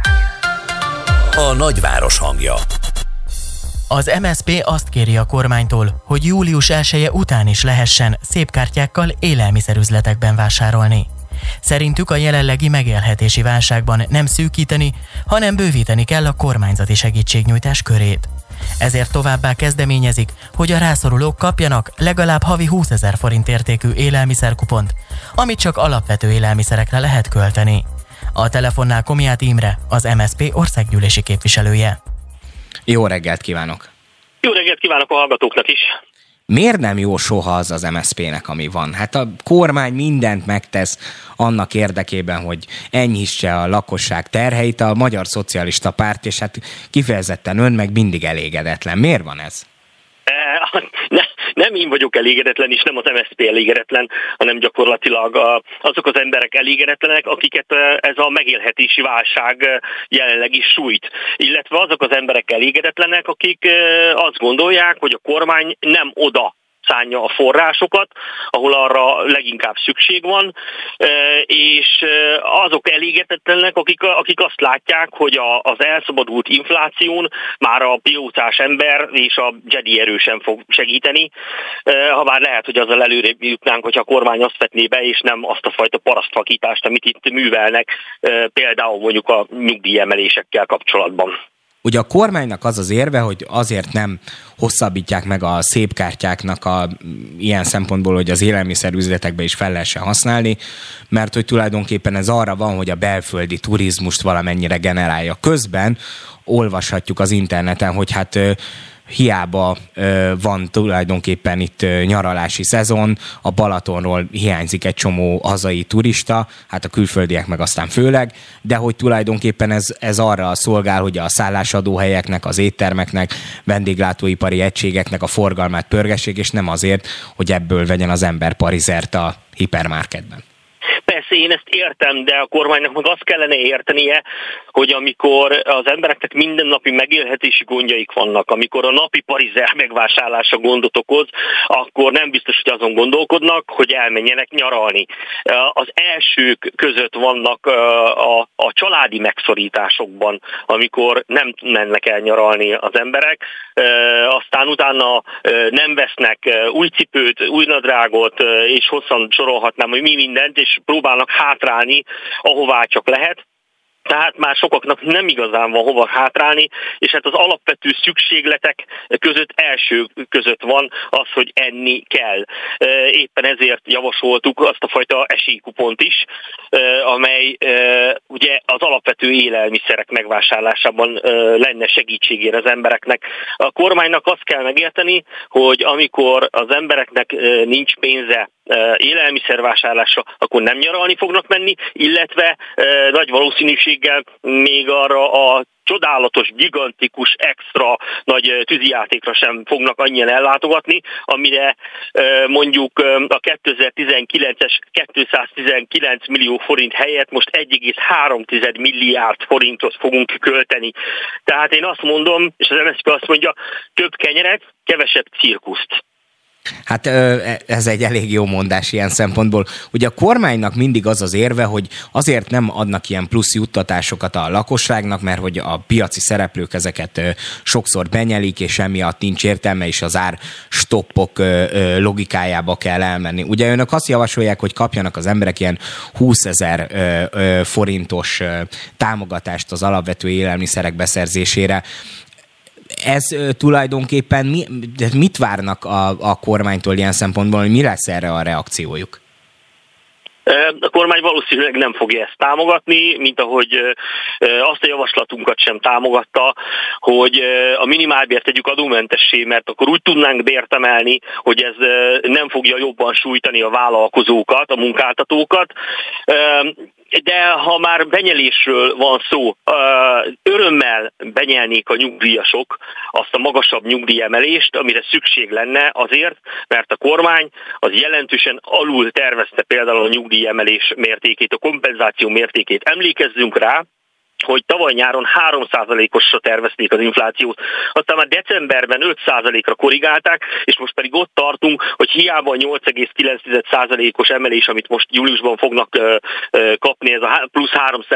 A nagyváros hangja. Az MSZP azt kéri a kormánytól, hogy július 1-e után is lehessen szép kártyákkal élelmiszerüzletekben vásárolni. Szerintük a jelenlegi megélhetési válságban nem szűkíteni, hanem bővíteni kell a kormányzati segítségnyújtás körét. Ezért továbbá kezdeményezik, hogy a rászorulók kapjanak legalább havi 20 000 forint értékű élelmiszerkupont, amit csak alapvető élelmiszerekre lehet költeni. A telefonnál Komját Imre, az MSZP országgyűlési képviselője. Jó reggelt kívánok! Jó reggelt kívánok a hallgatóknak is! Miért nem jó soha az MSZP-nek, ami van? Hát a kormány mindent megtesz annak érdekében, hogy enyhítse a lakosság terheit, a Magyar Szocialista Párt, és hát kifejezetten ön meg mindig elégedetlen. Miért van ez? Nem én vagyok elégedetlen, és nem az MSZP elégedetlen, hanem gyakorlatilag azok az emberek elégedetlenek, akiket ez a megélhetési válság jelenleg is sújt. Illetve azok az emberek elégedetlenek, akik azt gondolják, hogy a kormány nem oda szánja a forrásokat, ahol arra leginkább szükség van, és azok elégedetlenek, akik azt látják, hogy az elszabadult infláción már a piócás ember és a Jedi erő sem fog segíteni, ha bár lehet, hogy azzal előre jutnánk, hogyha a kormány azt vetné be, és nem azt a fajta parasztvakítást, amit itt művelnek, például mondjuk a nyugdíjemelésekkel kapcsolatban. Ugye a kormánynak az az érve, hogy azért nem hosszabbítják meg a szép kártyáknak ilyen szempontból, hogy az élelmiszerüzletekbe is fel lehessen használni, mert hogy tulajdonképpen ez arra van, hogy a belföldi turizmust valamennyire generálja. Közben olvashatjuk az interneten, hogy hát hiába van tulajdonképpen itt nyaralási szezon, a Balatonról hiányzik egy csomó hazai turista, hát a külföldiek meg aztán főleg, de hogy tulajdonképpen ez arra szolgál, hogy a szállásadóhelyeknek, az éttermeknek, vendéglátóipari egységeknek a forgalmát pörgessék, és nem azért, hogy ebből vegyen az ember parizert a hipermarketben. Persze én ezt értem, de a kormánynak meg azt kellene értenie, hogy amikor az embereknek mindennapi megélhetési gondjaik vannak, amikor a napi parizer megvásárlása gondot okoz, akkor nem biztos, hogy azon gondolkodnak, hogy elmenjenek nyaralni. Az elsők között vannak a családi megszorításokban, amikor nem mennek el nyaralni az emberek, aztán utána nem vesznek új cipőt, új nadrágot, és hosszan sorolhatnám, hogy mi mindent, és próbálnak hátrálni, ahová csak lehet. Tehát már sokaknak nem igazán van hova hátrálni, és hát az alapvető szükségletek között első között van az, hogy enni kell. Éppen ezért javasoltuk azt a fajta esélykupont is, amely ugye az alapvető élelmiszerek megvásárlásában lenne segítségére az embereknek. A kormánynak azt kell megérteni, hogy amikor az embereknek nincs pénze élelmiszervásárlásra, akkor nem nyaralni fognak menni, illetve nagy valószínűséggel még arra a csodálatos, gigantikus, extra nagy tűzijátékra sem fognak annyian ellátogatni, amire mondjuk a 2019-es 219 millió forint helyett most 1,3 milliárd forintot fogunk költeni. Tehát én azt mondom, és az MSZP azt mondja, több kenyeret, kevesebb cirkuszt. Hát ez egy elég jó mondás ilyen szempontból. Ugye a kormánynak mindig az az érve, hogy azért nem adnak ilyen plusz juttatásokat a lakosságnak, mert hogy a piaci szereplők ezeket sokszor benyelik, és emiatt nincs értelme, és az árstoppok logikájába kell elmenni. Ugye önök azt javasolják, hogy kapjanak az emberek ilyen 20 000 forintos támogatást az alapvető élelmiszerek beszerzésére. Ez tulajdonképpen mit várnak a kormánytól ilyen szempontból, hogy mi lesz erre a reakciójuk? A kormány valószínűleg nem fogja ezt támogatni, mint ahogy azt a javaslatunkat sem támogatta, hogy a minimálbért tegyük adómentessé, mert akkor úgy tudnánk bért emelni, hogy ez nem fogja jobban sújtani a vállalkozókat, a munkáltatókat. De ha már benyelésről van szó, örömmel benyelnék a nyugdíjasok azt a magasabb nyugdíjemelést, amire szükség lenne azért, mert a kormány az jelentősen alul tervezte például a nyugdíjemelés mértékét, a kompenzáció mértékét. Emlékezzünk rá, hogy tavaly nyáron 3%-osra tervezték az inflációt, aztán már decemberben 5%-ra korrigálták, és most pedig ott tartunk, hogy hiába a 8,9%-os emelés, amit most júliusban fognak kapni, ez a plusz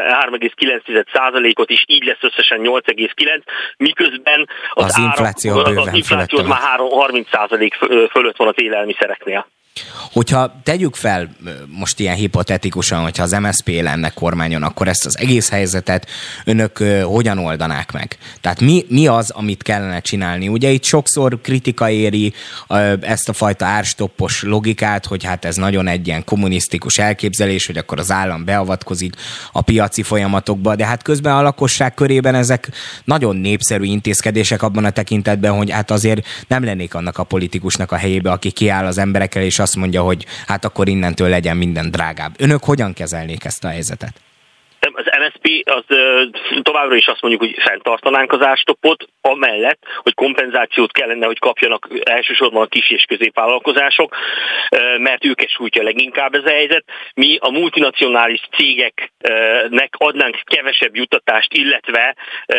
3,9%-ot is, így lesz összesen 8,9, miközben az infláció már 30% fölött van az élelmiszereknél. Hogyha tegyük fel most ilyen hipotetikusan, hogyha az MSZP lenne kormányon, akkor ezt az egész helyzetet önök hogyan oldanák meg? Tehát mi az, amit kellene csinálni? Ugye itt sokszor kritika éri ezt a fajta árstoppos logikát, hogy hát ez nagyon egy ilyen kommunisztikus elképzelés, hogy akkor az állam beavatkozik a piaci folyamatokba, de hát közben a lakosság körében ezek nagyon népszerű intézkedések abban a tekintetben, hogy hát azért nem lennék annak a politikusnak a helyébe, aki kiáll az emberekkel, és azt mondja, hogy hát akkor innentől legyen minden drágább. Önök hogyan kezelnék ezt a helyzetet? Az MSZP az továbbra is azt mondjuk, hogy fenntartanánk az árstoppot, amellett, hogy kompenzációt kellene, hogy kapjanak elsősorban a kis és középvállalkozások, mert őket sújtja leginkább ez a helyzet. Mi a multinacionális cégeknek adnánk kevesebb juttatást, illetve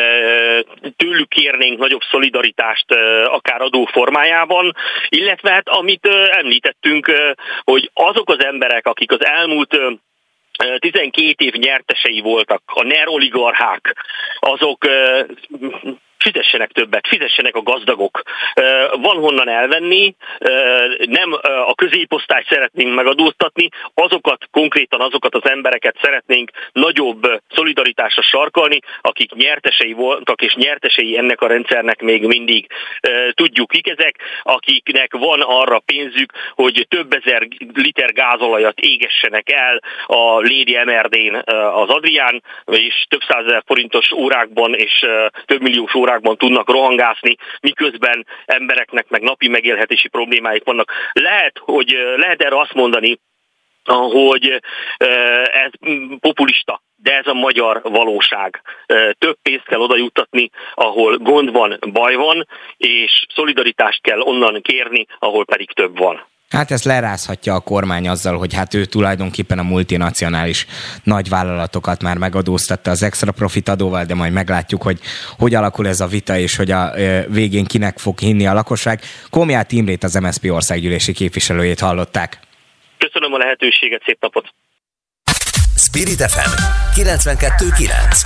tőlük kérnénk nagyobb szolidaritást akár adó formájában, illetve hát amit említettünk, hogy azok az emberek, akik az elmúlt 12 év nyertesei voltak, a NER oligarchák, azok fizessenek többet, fizessenek a gazdagok. Van honnan elvenni, nem a középosztályt szeretnénk megadóztatni, konkrétan azokat az embereket szeretnénk nagyobb szolidaritásra sarkalni, akik nyertesei voltak, és nyertesei ennek a rendszernek még mindig. Tudjuk, kik ezek, akiknek van arra pénzük, hogy több ezer liter gázolajat égessenek el a Lady MRD-n az Adrián, és több százezer forintos órákban és több milliós órákban tudnak rohangászni, miközben embereknek meg napi megélhetési problémáik vannak. Lehet erre azt mondani, hogy ez populista, de ez a magyar valóság. Több pénzt kell oda juttatni, ahol gond van, baj van, és szolidaritást kell onnan kérni, ahol pedig több van. Hát ezt lerázhatja a kormány azzal, hogy hát ő tulajdonképpen a multinacionális nagyvállalatokat már megadóztatta az extra profit adóval, de majd meglátjuk, hogy alakul ez a vita, és hogy a végén kinek fog hinni a lakosság. Komját Imrét, az MSZP országgyűlési képviselőjét hallották. Köszönöm a lehetőséget, szép napot! Spirit FM 92.9.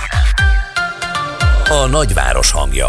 A nagyváros hangja.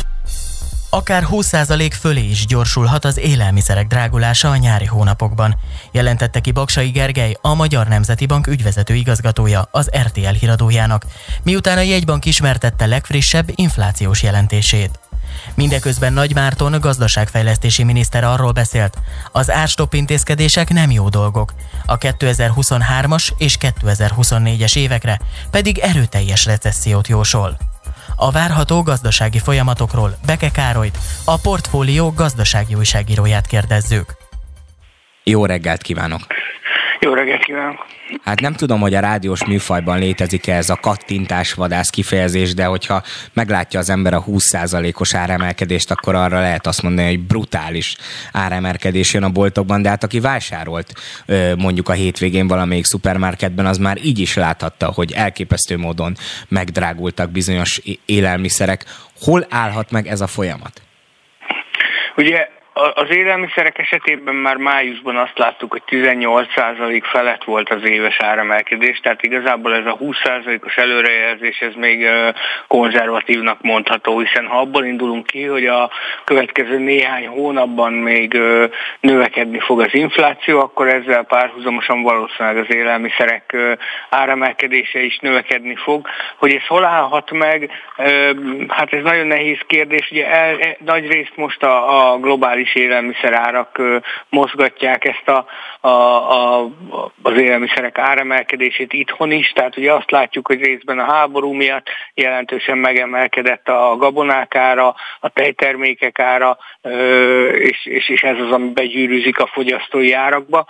Akár 20% fölé is gyorsulhat az élelmiszerek drágulása a nyári hónapokban, jelentette ki Baksay Gergely, a Magyar Nemzeti Bank ügyvezető igazgatója az RTL híradójának, miután a jegybank ismertette legfrissebb inflációs jelentését. Mindeközben Nagy Márton gazdaságfejlesztési miniszter arról beszélt, az árstopp intézkedések nem jó dolgok, a 2023-as és 2024-es évekre pedig erőteljes recessziót jósol. A várható gazdasági folyamatokról Beke Károlyt, a Portfólió gazdasági újságíróját kérdezzük. Jó reggelt kívánok! Jó reggelt kívánok! Hát nem tudom, hogy a rádiós műfajban létezik-e ez a kattintásvadász kifejezés, de hogyha meglátja az ember a 20%-os áremelkedést, akkor arra lehet azt mondani, hogy brutális áremelkedés jön a boltokban, de hát aki vásárolt mondjuk a hétvégén valamelyik szupermarketben, az már így is láthatta, hogy elképesztő módon megdrágultak bizonyos élelmiszerek. Hol állhat meg ez a folyamat? Ugye az élelmiszerek esetében már májusban azt láttuk, hogy 18% felett volt az éves áremelkedés, tehát igazából ez a 20%-os előrejelzés, ez még konzervatívnak mondható, hiszen ha abból indulunk ki, hogy a következő néhány hónapban még növekedni fog az infláció, akkor ezzel párhuzamosan valószínűleg az élelmiszerek áremelkedése is növekedni fog. Hogy ez hol állhat meg, hát ez nagyon nehéz kérdés, ugye nagy részt most a globális élelmiszerárak mozgatják ezt az élelmiszerek áremelkedését itthon is, tehát ugye azt látjuk, hogy részben a háború miatt jelentősen megemelkedett a gabonák ára, a tejtermékek ára, és ez az, ami begyűrűzik a fogyasztói árakba.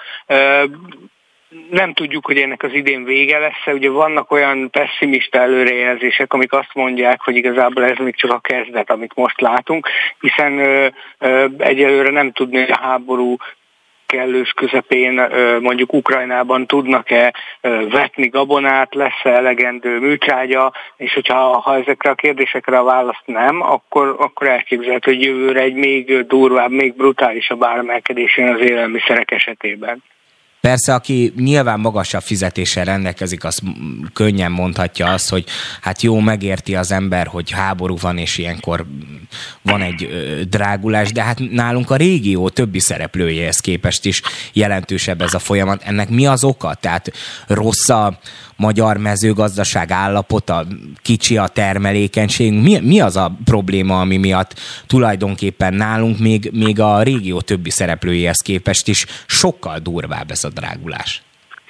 Nem tudjuk, hogy ennek az idén vége lesz, ugye vannak olyan pesszimista előrejelzések, amik azt mondják, hogy igazából ez még csak a kezdet, amit most látunk, hiszen egyelőre nem tudni, hogy a háború kellős közepén mondjuk Ukrajnában tudnak-e vetni gabonát, lesz-e elegendő műtrágya, és hogyha ezekre a kérdésekre a választ nem, akkor elképzelhető, hogy jövőre egy még durvább, még brutálisabb áremelkedés jön az élelmiszerek esetében. Persze, aki nyilván magasabb fizetéssel rendelkezik, az könnyen mondhatja azt, hogy hát jó, megérti az ember, hogy háború van, és ilyenkor van egy drágulás, de hát nálunk a régió többi szereplőjéhez képest is jelentősebb ez a folyamat. Ennek mi az oka? Tehát rossz a magyar mezőgazdaság állapota, kicsi a termelékenység. Mi az a probléma, ami miatt tulajdonképpen nálunk még a régió többi szereplőjéhez képest is sokkal durvább ez a drágulás?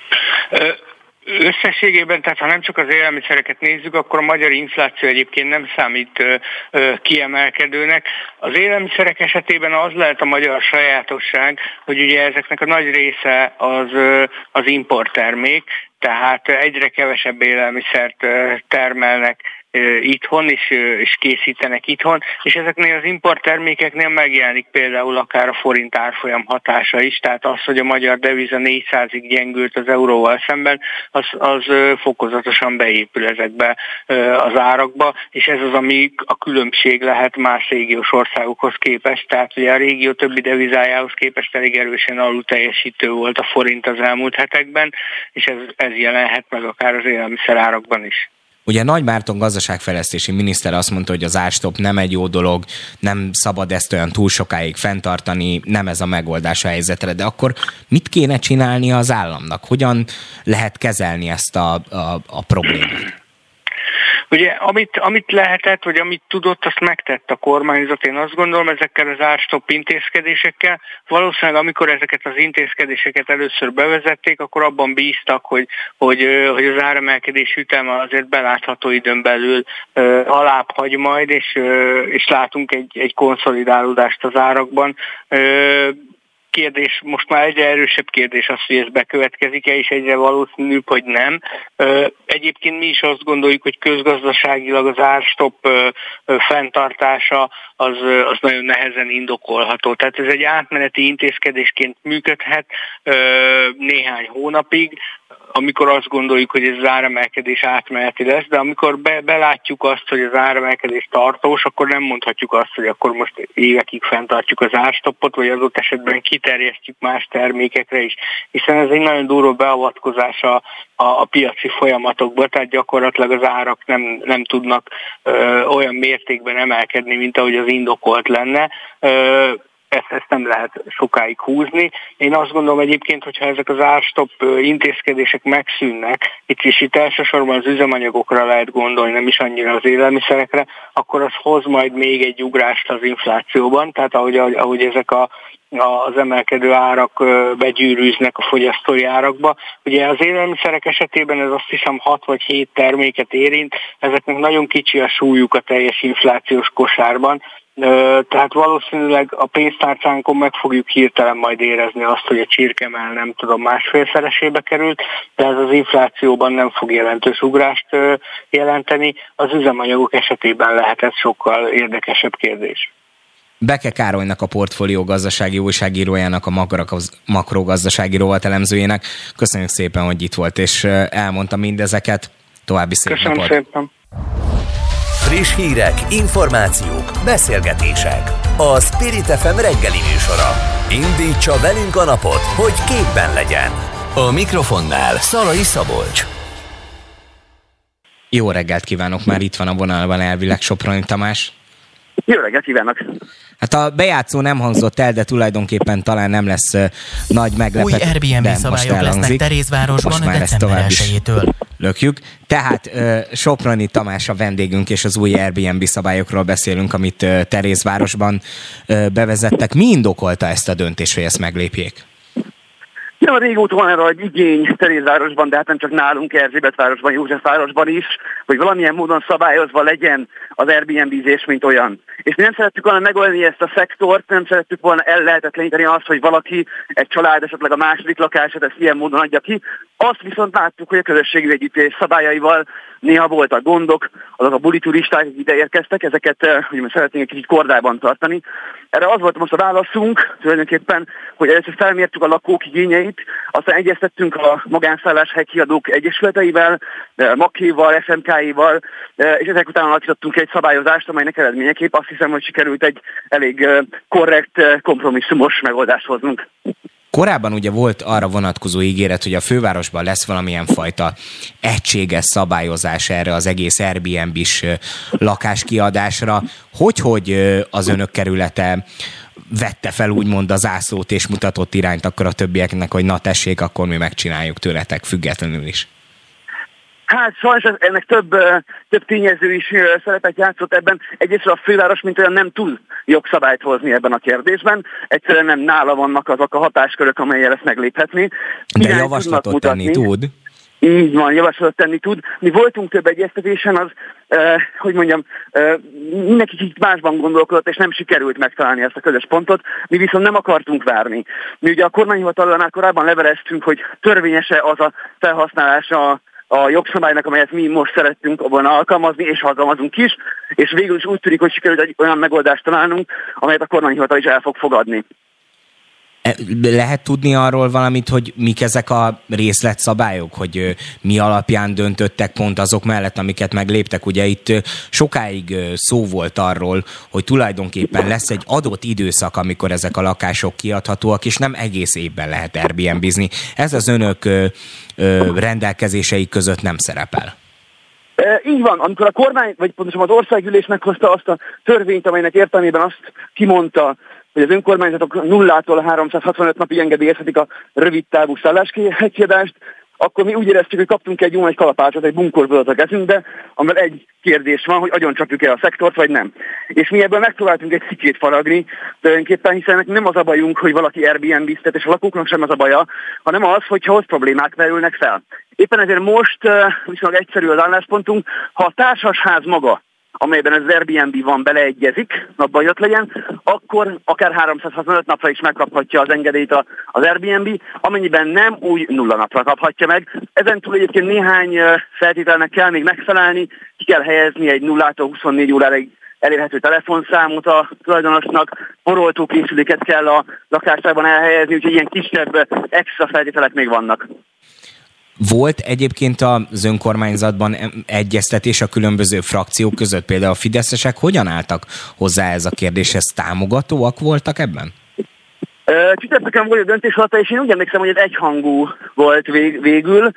Összességében, tehát ha nem csak az élelmiszereket nézzük, akkor a magyar infláció egyébként nem számít kiemelkedőnek. Az élelmiszerek esetében az lehet a magyar sajátosság, hogy ugye ezeknek a nagy része az importtermék, tehát egyre kevesebb élelmiszert termelnek itthon, és készítenek itthon, és ezeknél az importtermékeknél megjelenik például akár a forint árfolyam hatása is, tehát az, hogy a magyar deviza 400-ig gyengült az euróval szemben, az fokozatosan beépül ezekbe az árakba, és ez az, ami a különbség lehet más régiós országokhoz képest, tehát ugye a régió többi devizájához képest elég erősen alulteljesítő volt a forint az elmúlt hetekben, és ez jelenhet meg akár az élelmiszer árakban is. Ugye Nagy Márton gazdaságfejlesztési miniszter azt mondta, hogy az árstopp nem egy jó dolog, nem szabad ezt olyan túl sokáig fenntartani, nem ez a megoldás a helyzetre, de akkor mit kéne csinálni az államnak? Hogyan lehet kezelni ezt a problémát? Ugye, amit lehetett, vagy amit tudott, azt megtett a kormányzat. Én azt gondolom, ezekkel az árstopp intézkedésekkel, valószínűleg amikor ezeket az intézkedéseket először bevezették, akkor abban bíztak, hogy az áremelkedés üteme azért belátható időn belül alább hagy majd, és látunk egy konszolidálódást az árakban. Kérdés, most már egyre erősebb kérdés az, hogy ez bekövetkezik-e, és egyre valószínűbb, hogy nem. Egyébként mi is azt gondoljuk, hogy közgazdaságilag az árstopp fenntartása az nagyon nehezen indokolható. Tehát ez egy átmeneti intézkedésként működhet néhány hónapig, amikor azt gondoljuk, hogy ez az áremelkedés átmeneti lesz, de amikor belátjuk azt, hogy az áremelkedés tartós, akkor nem mondhatjuk azt, hogy akkor most évekig fenntartjuk az árstoppot, vagy adott esetben kiterjesztjük más termékekre is, hiszen ez egy nagyon durva beavatkozás a piaci folyamatokba, tehát gyakorlatilag az árak nem tudnak olyan mértékben emelkedni, mint ahogy az indokolt lenne. Ezt nem lehet sokáig húzni. Én azt gondolom egyébként, hogyha ezek az árstopp intézkedések megszűnnek, itt elsősorban az üzemanyagokra lehet gondolni, nem is annyira az élelmiszerekre, akkor az hoz majd még egy ugrást az inflációban, tehát ahogy ezek az emelkedő árak begyűrűznek a fogyasztói árakba. Ugye az élelmiszerek esetében ez azt hiszem 6 vagy 7 terméket érint, ezeknek nagyon kicsi a súlyuk a teljes inflációs kosárban, tehát valószínűleg a pénztárcánkon meg fogjuk hirtelen majd érezni azt, hogy a csirkemell nem tudom másfélszeresébe került, de ez az inflációban nem fog jelentős ugrást jelenteni. Az üzemanyagok esetében lehet ez sokkal érdekesebb kérdés. Beke Károlynak, a Portfólió gazdasági újságírójának, a makrogazdasági rovatelemzőjének köszönjük szépen, hogy itt volt, és elmondta mindezeket. További szép napot! Köszönöm szépen! Friss hírek, információk, beszélgetések. A Spirit FM reggeli műsora. Indítsa velünk a napot, hogy képben legyen. A mikrofonnál Szalai Szabolcs. Jó reggelt kívánok, már itt van a vonalban elvileg Soproni Tamás. Jó reggelt kívánok! Hát a bejátszó nem hangzott el, de tulajdonképpen talán nem lesz nagy meglepetés. Új Airbnb szabályok lesznek Terézvárosban december 1-től. Lökjük. Tehát Soproni Tamás a vendégünk, és az új Airbnb szabályokról beszélünk, amit Terézvárosban bevezettek. Mi indokolta ezt a döntést, hogy ezt meglépjék? Ja, régóta van erre egy igény Terézvárosban, de hát nem csak nálunk, Erzsébetvárosban, Józsefvárosban is, hogy valamilyen módon szabályozva legyen az Airbnb-zés, mint olyan. És mi nem szerettük volna megoldani ezt a szektort, nem szerettük volna ellehetetleníteni azt, hogy valaki, egy család esetleg a második lakását ezt ilyen módon adja ki. Azt viszont láttuk, hogy a közösségi együttés szabályaival néha voltak gondok, azok a buli turisták, akik ide érkeztek, ezeket úgymond szeretnénk egy kicsit kordában tartani. Erre az volt most a válaszunk tulajdonképpen, hogy először felmértük a lakók igényeit, aztán egyeztettünk a magánszálláshely kiadók egyesületeivel, MAK-éval, FMK-éval, és ezek után alakítottunk egy szabályozást, amelynek eredményeképp azt hiszem, hogy sikerült egy elég korrekt, kompromisszumos megoldást hoznunk. Korábban ugye volt arra vonatkozó ígéret, hogy a fővárosban lesz valamilyen fajta egységes szabályozás erre az egész Airbnb-s lakáskiadásra. Hogy az önök kerülete vette fel úgymond a zászlót és mutatott irányt akkor a többieknek, hogy na tessék, akkor mi megcsináljuk tőletek függetlenül is? Hát sajnos ennek több tényező is szerepet játszott ebben. Egyrészt a főváros, mint olyan nem tud jogszabályt hozni ebben a kérdésben. Egyszerűen nem nála vannak azok a hatáskörök, amellyel ezt megléphetni. De javaslatot tenni tud. Így van, javaslatot tenni tud. Mi voltunk több egyeztetésen, mindenki így másban gondolkodott, és nem sikerült megtalálni ezt a közös pontot. Mi viszont nem akartunk várni. Mi ugye a kormányhivatalon már korábban leveleztünk, hogy törvényes-e az a felhasználása a jogszabálynak, amelyet mi most szerettünk volna alkalmazni, és alkalmazunk is, és végül is úgy tűnik, hogy sikerült egy olyan megoldást találnunk, amelyet a kormányhivatal is el fog fogadni. Lehet tudni arról valamit, hogy mik ezek a részletszabályok, hogy mi alapján döntöttek pont azok mellett, amiket megléptek? Ugye itt sokáig szó volt arról, hogy tulajdonképpen lesz egy adott időszak, amikor ezek a lakások kiadhatóak, és nem egész évben lehet Airbnb-zni. Ez az önök rendelkezései között nem szerepel. Így van, amikor a kormány, vagy pontosabban az országgyűlés meghozta azt a törvényt, amelynek értelmében azt kimondta, hogy az önkormányzatok 0-tól 365 napig engedélyezhetik a rövid távú szálláskiadást, akkor mi úgy éreztük, hogy kaptunk egy jó nagy kalapácsot, egy bunkorből a kezünkbe, amivel egy kérdés van, hogy agyoncsapjuk-e a szektort, vagy nem. És mi ebből megpróbáltunk egy szikét faragni, tulajdonképpen, hiszen nem az a bajunk, hogy valaki Airbnb-ztet, és a lakóknak sem az a baja, hanem az, hogyha ott problémák merülnek fel. Éppen ezért most viszonylag egyszerű az álláspontunk, ha a társasház maga, amelyben az Airbnb van, beleegyezik, abban jött legyen, akkor akár 365 napra is megkaphatja az engedélyt az Airbnb, amennyiben nem, úgy 0 napra kaphatja meg. Ezen túl egyébként néhány feltételnek kell még megfelelni, ki kell helyezni egy 0-tól 24 óráig elérhető telefonszámot a tulajdonosnak, poroltókészüléket kell a lakásában elhelyezni, úgyhogy ilyen kisebb extra feltételek még vannak. Volt egyébként az önkormányzatban egyeztetés a különböző frakciók között, például a fideszesek hogyan álltak hozzá ez a kérdéshez? Támogatóak voltak ebben? Csütörtökön volt a döntéshozata, és én úgy emlékszem, hogy ez egyhangú volt végül,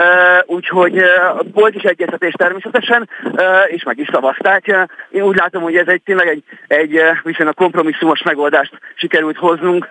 úgyhogy volt is egyeztetés természetesen, és meg is szavazták. Én úgy látom, hogy ez tényleg egy viszonylag kompromisszumos megoldást sikerült hoznunk,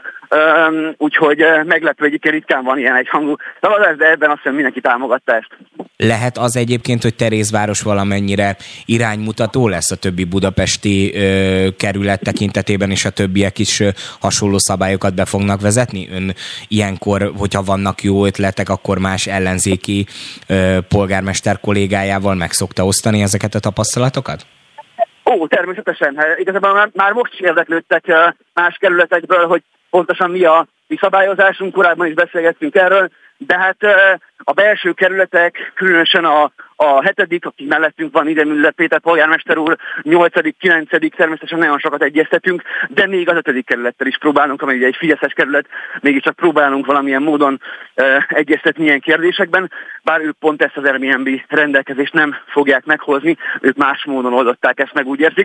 úgyhogy meglepő, egyébként ritkán van ilyen egyhangú szavazás, de ebben azt hiszem mindenki támogatta ezt. Lehet az egyébként, hogy Terézváros valamennyire iránymutató lesz a többi budapesti kerület tekintetében, és a többiek is hasonló szabályokat be fognak vezetni? Ön ilyenkor, hogyha vannak jó ötletek, akkor más ellenzéki polgármester kollégájával meg szokta osztani ezeket a tapasztalatokat? Természetesen. Igazából már most is érdeklődtek más kerületekből, hogy pontosan mi a mi szabályozásunk, korábban is beszélgettünk erről, de hát a belső kerületek, különösen a 7., aki mellettünk van, ide Müller Péter polgármester úr, 8., 9. természetesen nagyon sokat egyeztetünk, de még az 5. kerülettel is próbálunk, amely ugye egy fideszes kerület, mégiscsak próbálunk valamilyen módon egyeztetni ilyen kérdésekben, bár ők pont ezt az Airbnb rendelkezést nem fogják meghozni, ők más módon oldották ezt meg, úgy érzik.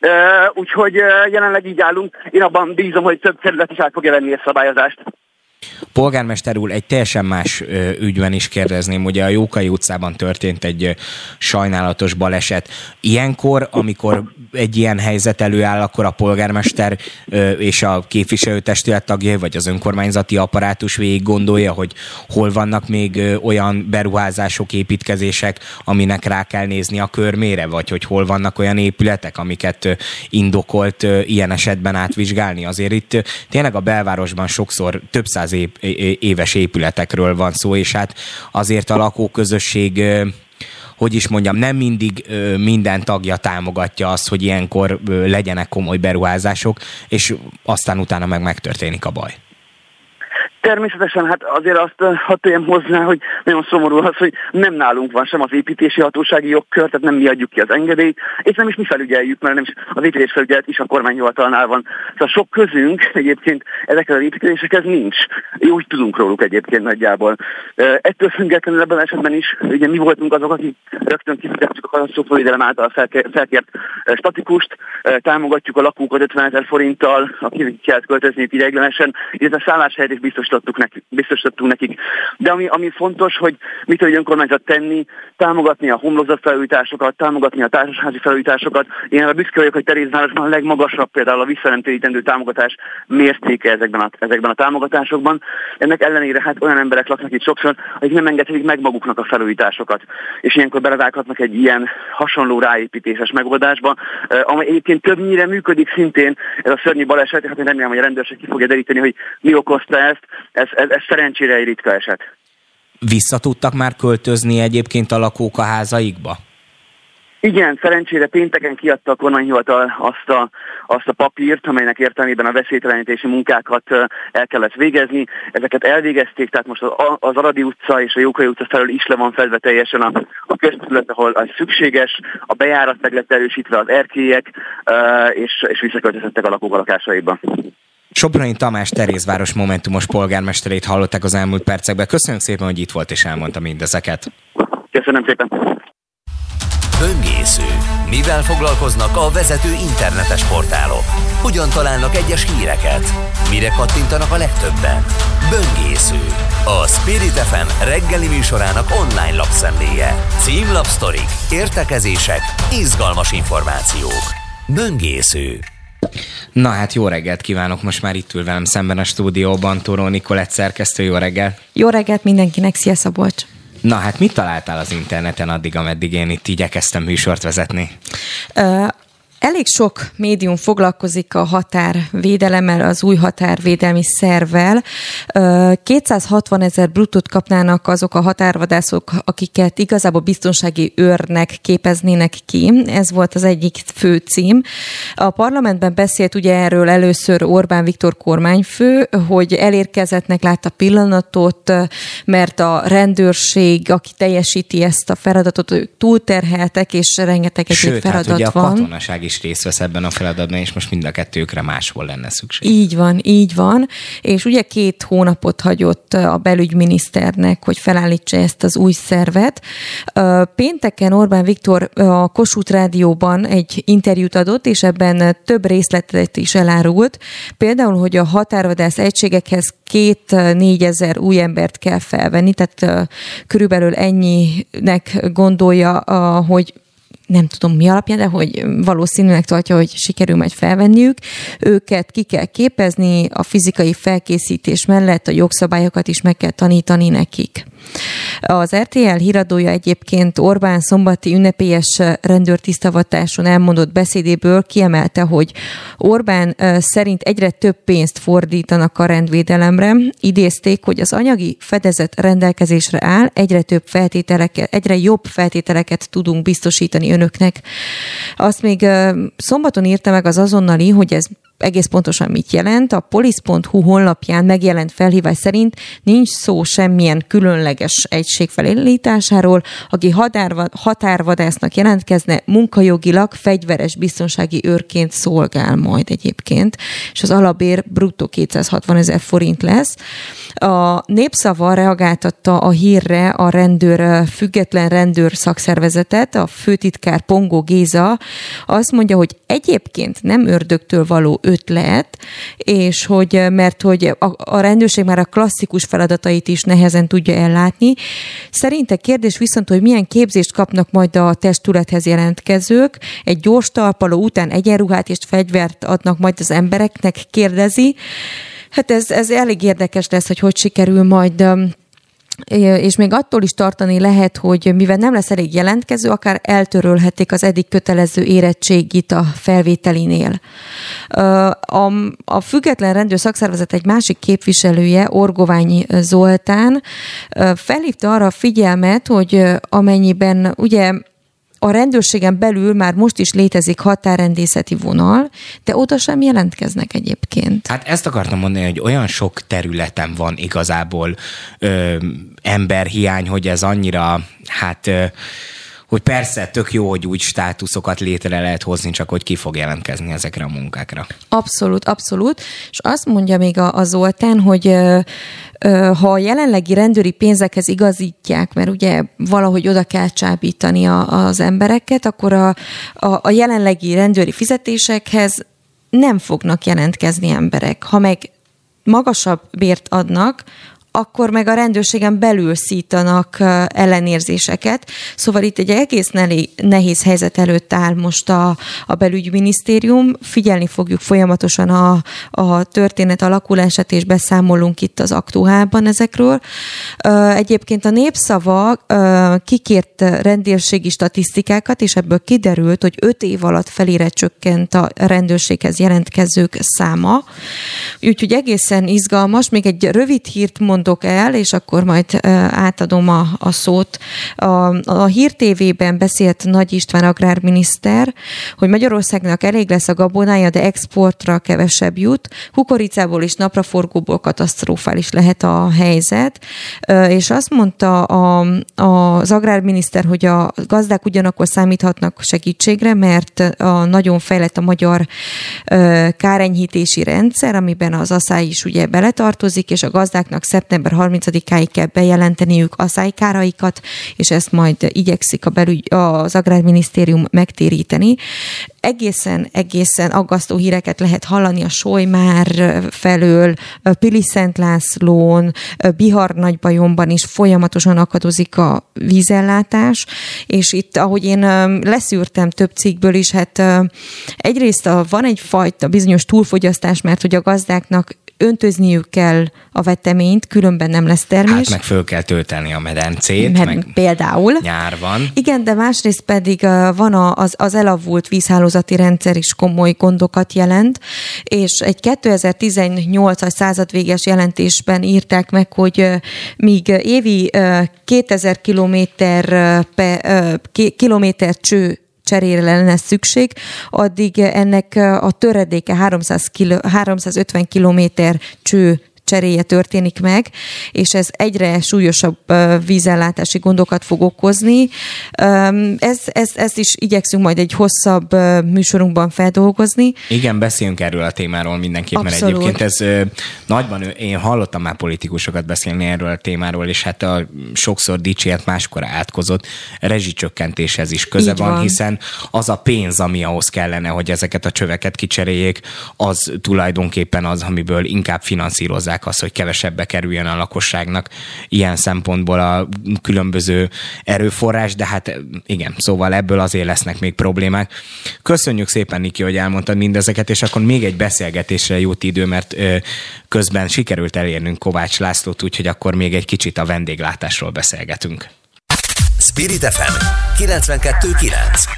Úgyhogy jelenleg így állunk. Én abban bízom, hogy több kerület is át fogja venni ezt szabályozást. Polgármester úr, egy teljesen más ügyben is kérdezném, ugye a Jókai utcában történt egy sajnálatos baleset. Ilyenkor, amikor egy ilyen helyzet előáll, akkor a polgármester és a képviselőtestület tagjai, vagy az önkormányzati apparátus végig gondolja, hogy hol vannak még olyan beruházások, építkezések, aminek rá kell nézni a körmére, vagy hogy hol vannak olyan épületek, amiket indokolt ilyen esetben átvizsgálni. Azért itt tényleg a belvárosban sokszor több száz éves épületekről van szó, és hát azért a lakóközösség, hogy is mondjam, nem mindig minden tagja támogatja azt, hogy ilyenkor legyenek komoly beruházások, és aztán utána megtörténik a baj. Természetesen, hát azért azt hadd tegyem hozzá, hogy nagyon szomorú az, hogy nem nálunk van sem az építési hatósági jogkör, tehát nem mi adjuk ki az engedélyt, és nem is mi felügyeljük, mert nem is az építésfelügyelet is a kormányhivatalnál van. Szóval sok közünk egyébként ezekhez az építésekhez nincs. Úgy tudunk róluk egyébként nagyjából. Ettől függetlenül ebben esetben is, ugye mi voltunk azok, akik rögtön kifizettük a katasztrófavédelem által felkért statikust, támogatjuk a lakókat 50 000 forinttal, akik kell költözniük ideiglenesen, illetve a szálláshelyet is biztosítottunk nekik. De ami fontos, hogy mit tud egy önkormányzat tenni, támogatni a homlokzatfelújításokat, támogatni a társasházi felújításokat. Én a büszke vagyok, hogy Terézvárosban a legmagasabb például a visszanemtérítendő támogatás mértéke ezekben a támogatásokban. Ennek ellenére hát olyan emberek laknak itt sokszor, akik nem engedhetik meg maguknak a felújításokat. És ilyenkor belevághatnak egy ilyen hasonló ráépítéses megoldásba, amely egyébként többnyire működik szintén. Ez a szörnyű baleset, hát én remélem, hogy a rendőrség ki fogja deríteni, hogy mi okozta ezt. Ez szerencsére egy ritka eset. Vissza tudtak már költözni egyébként a lakók a házaikba? Igen, szerencsére pénteken kiadta a kormányhivatal azt a papírt, amelynek értelmében a veszélytelenítési munkákat el kellett végezni. Ezeket elvégezték, tehát most az Aradi utca és a Jókai utca felől is le van fedve teljesen a közterület, ahol az szükséges, a bejárat meg lett erősítve, az erkélyek, és visszaköltözhettek a lakók a lakásaiba. Soproni Tamás Terézváros Momentumos polgármesterét hallották az elmúlt percekben. Köszönjük szépen, hogy itt volt és elmondta mindezeket. Köszönöm szépen. Böngész Böngésző. Mivel foglalkoznak a vezető internetes portálok? Hogyan találnak egyes híreket? Mire kattintanak a legtöbben? Böngésző. A Spirit FM reggeli műsorának online lapszemléje. Címlapsztorik, értekezések, izgalmas információk. Böngésző. Na hát jó reggelt kívánok, most már itt ül velem szemben a stúdióban Tóró Nikolett szerkesztő, jó reggelt! Jó reggelt mindenkinek, szia Szabolcs! Na hát mit találtál az interneten addig, ameddig én itt igyekeztem műsort vezetni? Elég sok médium foglalkozik a határvédelemmel, az új határvédelmi szervvel. 260 000 bruttót kapnának azok a határvadászok, akiket igazából biztonsági őrnek képeznének ki. Ez volt az egyik fő cím. A parlamentben beszélt ugye erről először Orbán Viktor kormányfő, hogy elérkezettnek látta pillanatot, mert a rendőrség, aki teljesíti ezt a feladatot, ők túlterheltek, és rengeteg egyéb feladat hát ugye van. A katonaság is részt vesz ebben a feladatban, és most mind a kettőkre máshol lenne szükség. Így van. És ugye 2 hónapot hagyott a belügyminiszternek, hogy felállítsa ezt az új szervet. Pénteken Orbán Viktor a Kossuth Rádióban egy interjút adott, és ebben több részletet is elárult. Például, hogy a határvadász egységekhez 2-4 ezer új embert kell felvenni, tehát körülbelül ennyinek gondolja, hogy nem tudom mi alapján, de hogy valószínűleg tartja, hogy sikerül majd felvenniük. Őket ki kell képezni, a fizikai felkészítés mellett a jogszabályokat is meg kell tanítani nekik. Az RTL híradója egyébként Orbán szombati ünnepélyes rendőrtisztavatáson elmondott beszédéből kiemelte, hogy Orbán szerint egyre több pénzt fordítanak a rendvédelemre. Idézték, hogy az anyagi fedezet rendelkezésre áll, egyre jobb feltételeket tudunk biztosítani önöknek. Azt még szombaton írta meg az Azonnali, hogy ez egész pontosan mit jelent. A police.hu honlapján megjelent felhívás szerint nincs szó semmilyen különleges egység felállításáról, aki határvadásznak jelentkezne, munkajogilag fegyveres biztonsági őrként szolgál majd egyébként, és az alapbér bruttó 260 000 forint lesz. A Népszava reagáltatta a hírre a független rendőr szakszervezetet, a főtitkár Pongó Géza azt mondja, hogy egyébként nem ördögtől való ötlet, és mert a rendőrség már a klasszikus feladatait is nehezen tudja ellátni. Szerinte kérdés viszont, hogy milyen képzést kapnak majd a testülethez jelentkezők. Egy gyors talpaló után egyenruhát és fegyvert adnak majd az embereknek, kérdezi. Hát ez elég érdekes lesz, hogy sikerül majd, és még attól is tartani lehet, hogy mivel nem lesz elég jelentkező, akár eltörölhetik az eddig kötelező érettségit a felvételinél. A független rendőr szakszervezet egy másik képviselője, Orgoványi Zoltán felhívta arra a figyelmet, hogy amennyiben ugye a rendőrségen belül már most is létezik határrendészeti vonal, de oda sem jelentkeznek egyébként. Hát ezt akartam mondani, hogy olyan sok területen van igazából emberhiány, hogy ez annyira, hogy persze tök jó, hogy úgy státuszokat létre lehet hozni, csak hogy ki fog jelentkezni ezekre a munkákra. Abszolút. És azt mondja még a Zoltán, hogy ha a jelenlegi rendőri pénzekhez igazítják, mert ugye valahogy oda kell csábítani az embereket, akkor a jelenlegi rendőri fizetésekhez nem fognak jelentkezni emberek. Ha meg magasabb bért adnak, akkor meg a rendőrségen belül szítanak ellenérzéseket. Szóval itt egy egész nehéz helyzet előtt áll most a belügyminisztérium. Figyelni fogjuk folyamatosan a történet alakulását, és beszámolunk itt az Aktuálban ezekről. Egyébként a Népszava kikért rendőrségi statisztikákat, és ebből kiderült, hogy 5 év alatt felére csökkent a rendőrséghez jelentkezők száma. Úgyhogy egészen izgalmas. Még egy rövid hírt mondok el, és akkor majd átadom a szót. A Hír TV-ben beszélt Nagy István agrárminiszter, hogy Magyarországnak elég lesz a gabonája, de exportra kevesebb jut. Kukoricából és napraforgóból katasztrofális lehet a helyzet. És azt mondta az agrárminiszter, hogy a gazdák ugyanakkor számíthatnak segítségre, mert nagyon fejlett a magyar kárenyhítési rendszer, amiben az asszály is ugye beletartozik, és a gazdáknak szeptember szeptember 30-áig kell bejelenteniük asszálykáraikat, és ezt majd igyekszik az Agrárminisztérium megtéríteni. Egészen aggasztó híreket lehet hallani a Solymár felől, Pilisszentlászlón, Bihar-Nagybajomban is folyamatosan akadozik a vízellátás, és itt, ahogy én leszűrtem több cikkből is, hát egyrészt van egyfajta bizonyos túlfogyasztás, mert hogy a gazdáknak öntözniük kell a veteményt, különben nem lesz termés. Hát meg föl kell tölteni a medencét, meg például. Nyár van. Igen, de másrészt pedig van az elavult vízhálózati rendszer is komoly gondokat jelent, és egy 2018-as századvéges jelentésben írták meg, hogy míg évi 2000 kilométer cső cserére lenne szükség, addig ennek a töredéke 350 kilométer cső cseréje történik meg, és ez egyre súlyosabb vízellátási gondokat fog okozni. Ezt is igyekszünk majd egy hosszabb műsorunkban feldolgozni. Igen, beszéljünk erről a témáról mindenképp, mert egyébként ez nagyban, én hallottam már politikusokat beszélni erről a témáról, és hát a sokszor dicsért, máskor átkozott rezsicsökkentéshez is köze van, hiszen az a pénz, ami ahhoz kellene, hogy ezeket a csöveket kicseréljék, az tulajdonképpen az, amiből inkább finanszírozzák azt, hogy kevesebbe kerüljön a lakosságnak ilyen szempontból a különböző erőforrás, de hát igen, szóval ebből azért lesznek még problémák. Köszönjük szépen, Niki, hogy elmondtad mindezeket, és akkor még egy beszélgetésre jut idő, mert közben sikerült elérnünk Kovács Lászlót, úgyhogy akkor még egy kicsit a vendéglátásról beszélgetünk. Spirit FM 92.9.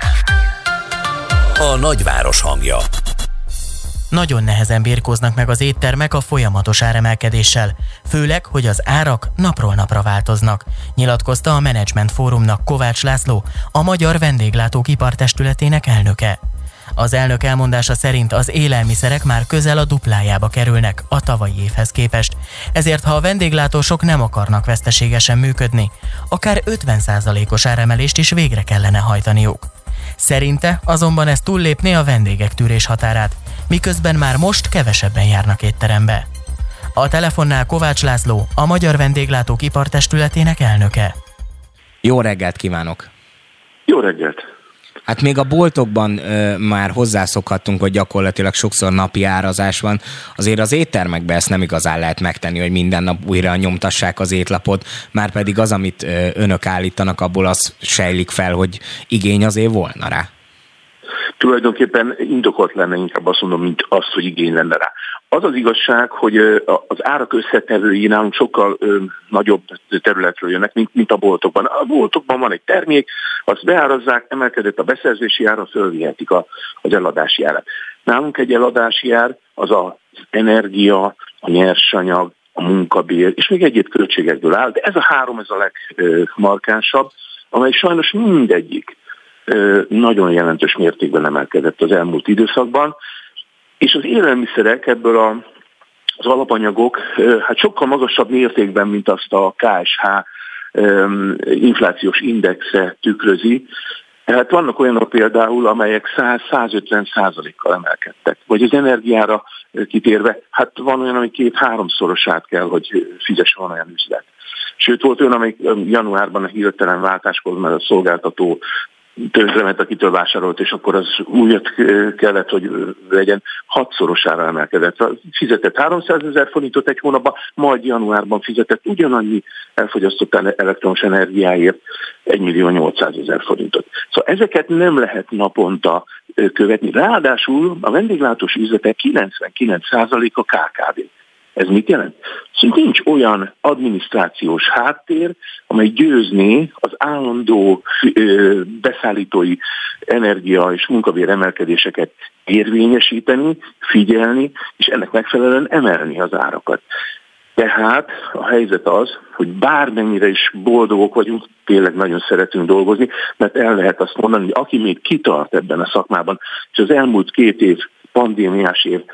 A nagyváros hangja. Nagyon nehezen birkóznak meg az éttermek a folyamatos áremelkedéssel, főleg, hogy az árak napról napra változnak, nyilatkozta a Management Fórumnak Kovács László, a Magyar Vendéglátók Ipartestületének elnöke. Az elnök elmondása szerint az élelmiszerek már közel a duplájába kerülnek a tavalyi évhez képest, ezért ha a vendéglátósok nem akarnak veszteségesen működni, akár 50%-os áremelést is végre kellene hajtaniuk. Szerinte azonban ez túllépné a vendégek tűrés határát, miközben már most kevesebben járnak étterembe. A telefonnál Kovács László, a Magyar Vendéglátók Ipartestületének elnöke. Jó reggelt kívánok! Jó reggelt! Hát még a boltokban már hozzászokhattunk, hogy gyakorlatilag sokszor napi árazás van. Azért az éttermekben ezt nem igazán lehet megtenni, hogy minden nap újra nyomtassák az étlapot, márpedig az, amit önök állítanak, abból az sejlik fel, hogy igény azért volna rá. Tulajdonképpen indokolt lenne, inkább azt mondom, mint az, hogy igény lenne rá. Az az igazság, hogy az árak összetevői nálunk sokkal nagyobb területről jönnek, mint a boltokban. A boltokban van egy termék, azt beárazzák, emelkedett a beszerzési ára, fölvihetik az eladási árat. Nálunk egy eladási ár az az energia, a nyersanyag, a munkabér, és még egyéb költségekből áll, de ez a három, ez a legmarkánsabb, amely sajnos mindegyik nagyon jelentős mértékben emelkedett az elmúlt időszakban, és az élelmiszerek ebből az alapanyagok hát sokkal magasabb mértékben, mint azt a KSH inflációs indexe tükrözi. Hát vannak olyanok például, amelyek 100-150%-kal emelkedtek. Vagy az energiára kitérve, hát van olyan, ami 2-3-szorosát kell, hogy fizessen olyan üzlet. Sőt, volt olyan, amelyik januárban a hirtelen váltáskor, mert a szolgáltató tőzsdement, akitől vásárolt, és akkor az újat kellett, hogy legyen 6-szorosára emelkedett. Fizetett 300 000 forintot egy hónapban, majd januárban fizetett ugyanannyi elfogyasztott elektromos energiáért 1.800.000 forintot. Szóval ezeket nem lehet naponta követni. Ráadásul a vendéglátós üzletek 99%-a KKV. Ez mit jelent? Szóval nincs olyan adminisztrációs háttér, amely győzné az állandó beszállítói energia és munkabér emelkedéseket érvényesíteni, figyelni, és ennek megfelelően emelni az árakat. Tehát a helyzet az, hogy bármennyire is boldogok vagyunk, tényleg nagyon szeretünk dolgozni, mert el lehet azt mondani, hogy aki még kitart ebben a szakmában, és az elmúlt 2 év pandémiás év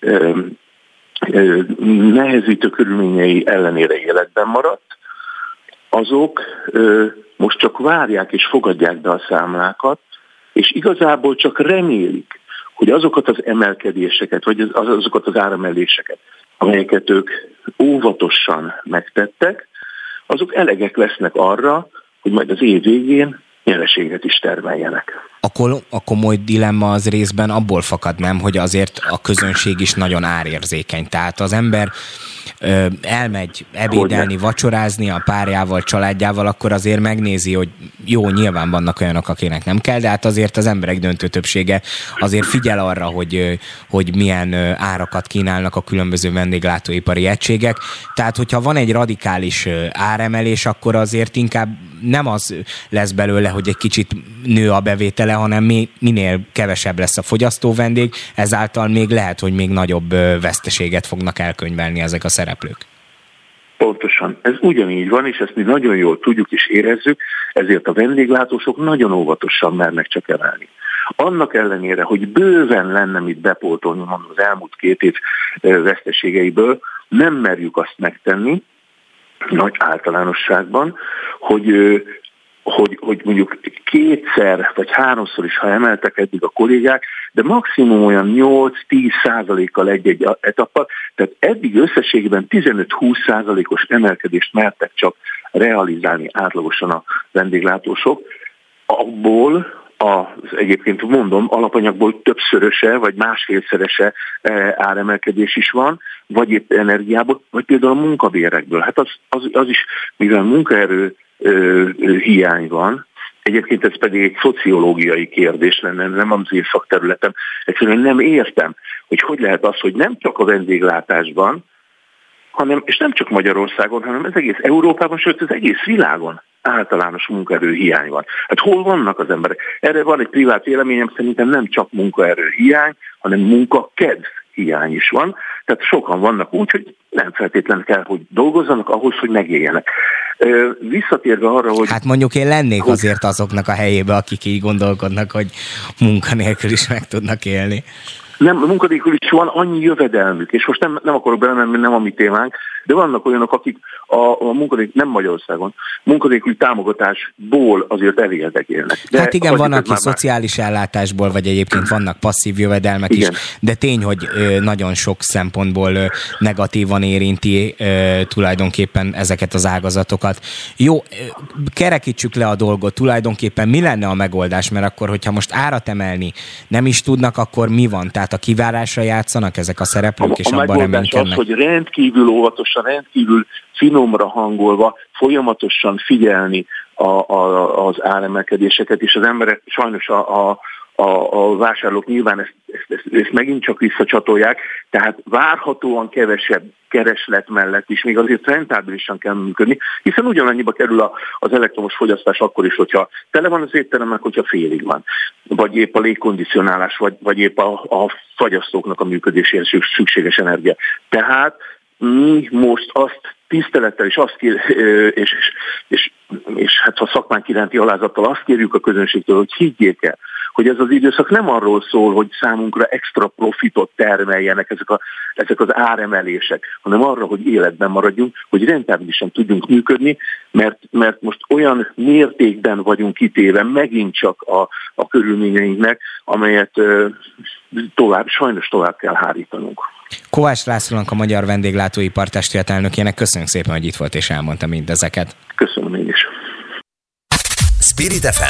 nehezítő körülményei ellenére életben maradt, azok most csak várják és fogadják be a számlákat, és igazából csak remélik, hogy azokat az emelkedéseket, vagy azokat az áremeléseket, amelyeket ők óvatosan megtettek, azok elegek lesznek arra, hogy majd az év végén nyereséget is termeljenek. A komoly dilemma az részben abból fakad, nem, hogy azért a közönség is nagyon árérzékeny. Tehát az ember elmegy ebédelni, vacsorázni a párjával, családjával, akkor azért megnézi, hogy jó, nyilván vannak olyanok, akinek nem kell, de hát azért az emberek döntő többsége azért figyel arra, hogy milyen árakat kínálnak a különböző vendéglátóipari egységek. Tehát, hogyha van egy radikális áremelés, akkor azért inkább nem az lesz belőle, hogy egy kicsit nő a bevétele, hanem minél kevesebb lesz a fogyasztó vendég, ezáltal még lehet, hogy még nagyobb veszteséget fognak elkönyvelni ezek a szereplők. Pontosan. Ez ugyanígy van, és ezt mi nagyon jól tudjuk és érezzük, ezért a vendéglátósok nagyon óvatosan mernek csak emelni. Annak ellenére, hogy bőven lenne mit bepótolni az elmúlt 2 év veszteségeiből, nem merjük azt megtenni, nagy általánosságban, hogy mondjuk 2-szer vagy 3-szor is, ha emeltek eddig a kollégák, de maximum olyan 8-10%-kal egy-egy etappat, tehát eddig összességében 15-20%-os emelkedést mertek csak realizálni átlagosan a vendéglátósok. Abból egyébként mondom, alapanyagból többszöröse, vagy másfélszerese áremelkedés is van, vagy épp energiából, vagy például a munkabérekből. Hát az is, mivel munkaerő hiány van, egyébként ez pedig egy szociológiai kérdés lenne, nem az én szakterületem. Egyszerűen nem értem, hogy lehet az, hogy nem csak a vendéglátásban, és nem csak Magyarországon, hanem az egész Európában, sőt az egész világon általános munkaerő hiány van. Hát hol vannak az emberek? Erre van egy privát véleményem, szerintem nem csak munkaerő hiány, hanem munkakedv hiány is van. Tehát sokan vannak úgy, hogy nem feltétlenül kell, hogy dolgozzanak ahhoz, hogy megéljenek. Visszatérve arra, hogy... Hát mondjuk én lennék azért azoknak a helyébe, akik így gondolkodnak, hogy munkanélkül is meg tudnak élni. Nem, munkanélkül is van annyi jövedelmük, és most nem akarok belemenni, nem a mi témánk, de vannak olyanok, akik a munkanélkül, nem Magyarországon, munkanélküli támogatásból azért elégedek élnek. De hát igen, van, aki szociális ellátásból, vagy egyébként vannak passzív jövedelmek igen. is, de tény, hogy nagyon sok szempontból negatívan érinti tulajdonképpen ezeket az ágazatokat. Jó, kerekítsük le a dolgot, tulajdonképpen mi lenne a megoldás, mert akkor, hogyha most árat emelni nem is tudnak, akkor mi van? Tehát a kivárásra játszanak ezek a szereplők, és abban reménykednek? A megoldás az, hogy rendkívül óvatosan, rendkívül finomra hangolva, folyamatosan figyelni az áremelkedéseket, és az emberek sajnos a vásárlók nyilván ezt megint csak visszacsatolják, tehát várhatóan kevesebb kereslet mellett is még azért rentábilisan kell működni, hiszen ugyanannyiba kerül az elektromos fogyasztás akkor is, hogyha tele van az étterem, meg hogyha félig van, vagy épp a légkondicionálás, vagy épp a fagyasztóknak a működéséhez szükséges energia. Tehát mi most azt tisztelettel és hát a szakmánk iránti alázattal azt kérjük a közönségtől, hogy higgyék el, hogy ez az időszak nem arról szól, hogy számunkra extra profitot termeljenek ezek az áremelések, hanem arra, hogy életben maradjunk, hogy rentábilisan tudjunk működni, mert most olyan mértékben vagyunk kitéve megint csak a körülményeinknek, amelyet sajnos tovább kell hárítanunk. Kovács Lászlónak, a Magyar Vendéglátóipar Testület elnökének köszönjük szépen, hogy itt volt és elmondta mindezeket. Köszönöm én is. Spirit FM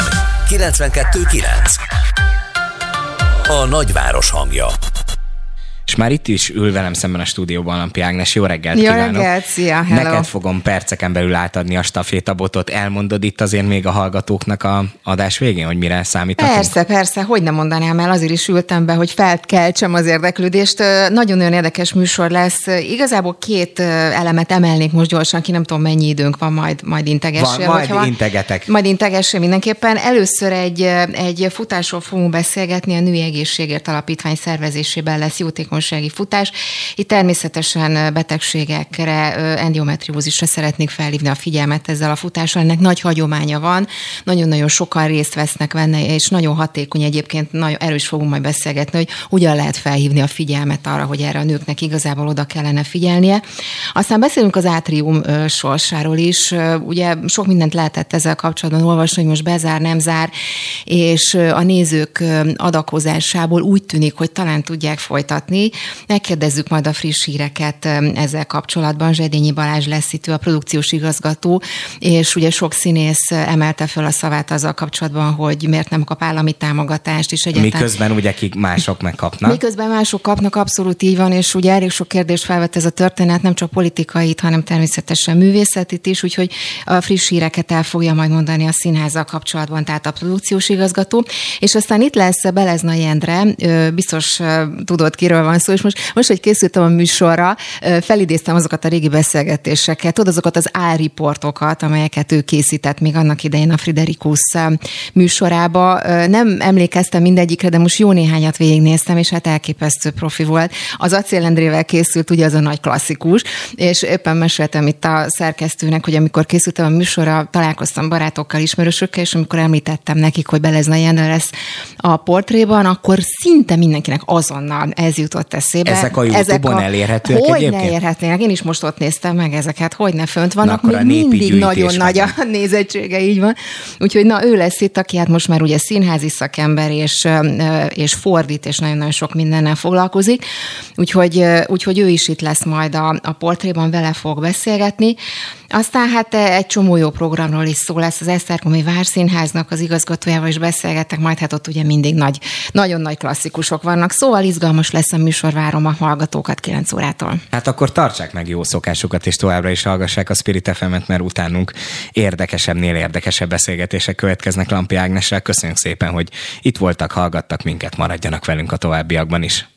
92.9 A nagyváros hangja. És már itt is ül velem szemben a stúdióban Lampi Ágnes. Jó reggelt kívánok! Jó reggelt, szia, hello! Neked fogom perceken belül átadni a stafétabotot. Elmondod itt azért még a hallgatóknak a adás végén, hogy mire számíthatunk? Persze, hogy nem mondanám el, azért is ültem be, hogy felkeltsem az érdeklődést. Nagyon-nagyon érdekes műsor lesz. Igazából 2 elemet emelnék most gyorsan ki, nem tudom mennyi időnk van, majd integessél. Majd integessél mindenképpen. Először egy futásról fogunk beszélgetni, a Női Egészségért Alapítvány szervezésében lesz jótékonysági futás. Itt természetesen betegségekre, endiometriózisra szeretnék felhívni a figyelmet ezzel a futással. Ennek nagy hagyománya van, nagyon-nagyon sokan részt vesznek benne, és nagyon hatékony egyébként, nagyon erős fogunk majd beszélgetni, hogy hogyan lehet felhívni a figyelmet arra, hogy erre a nőknek igazából oda kellene figyelnie. Aztán beszélünk az átrium sorsáról is. Ugye sok mindent lehetett ezzel kapcsolatban olvasni, hogy most bezár, nem zár, és a nézők adakozásából úgy tűnik, hogy talán tudják folytatni. beszélni. Megkérdezzük majd a friss híreket ezzel kapcsolatban. Zsedényi Balázs lesz itt, ő a produkciós igazgató, és ugye sok színész emelte fel a szavát azzal kapcsolatban, hogy miért nem kap állami támogatást is egyáltalán. Miközben ugye mások megkapnak. Miközben mások kapnak, abszolút így van, és ugye elég sok kérdést felvett ez a történet, nem csak politikait, hanem természetesen művészetit is, úgyhogy a friss híreket el fogja majd mondani a színházzal kapcsolatban, tehát a produkciós igazgató. És aztán itt lesz Beleznai Endre, biztos tudod, kiről van szó, és most hogy készültem a műsorra, felidéztem azokat a régi beszélgetéseket, tudod, azokat az álriportokat, amelyeket ő készített még annak idején a Friderikus műsorába. Nem emlékeztem mindegyikre, de most jó néhányat végignéztem, és hát elképesztő profi volt. Az Acél Endrével készült, ugye az a nagy klasszikus, és éppen meséltem itt a szerkesztőnek, hogy amikor készültem a műsorra, találkoztam barátokkal, ismerősökkel, és amikor említettem nekik, hogy Beleznai Endre lesz a portréban, akkor szinte mindenkinek azonnal ez jutott eszébe. Ezek a YouTube-on elérhetőek egyébként? Hogy ne érhetnének? Én is most ott néztem meg ezeket, hogy ne fönt vannak, még mindig nagyon nagy a nézettsége, így van. Úgyhogy ő lesz itt, aki hát most már ugye színházi szakember, és fordít, és nagyon-nagyon sok mindennel foglalkozik. Úgyhogy ő is itt lesz majd a portréban, vele fog beszélgetni. Aztán hát egy csomó jó programról is szó lesz, az Esztergomi Várszínháznak az igazgatójával is beszélgettek, majd hát ott ugye mindig nagyon nagy klasszikusok vannak, szóval izgalmas lesz a műsor, várom a hallgatókat 9 órától. Hát akkor tartsák meg jó szokásukat, és továbbra is hallgassák a Spirit FM-et, mert utánunk érdekesebbnél érdekesebb beszélgetések következnek Lampi Ágnessel. Köszönjük szépen, hogy itt voltak, hallgattak minket, maradjanak velünk a továbbiakban is.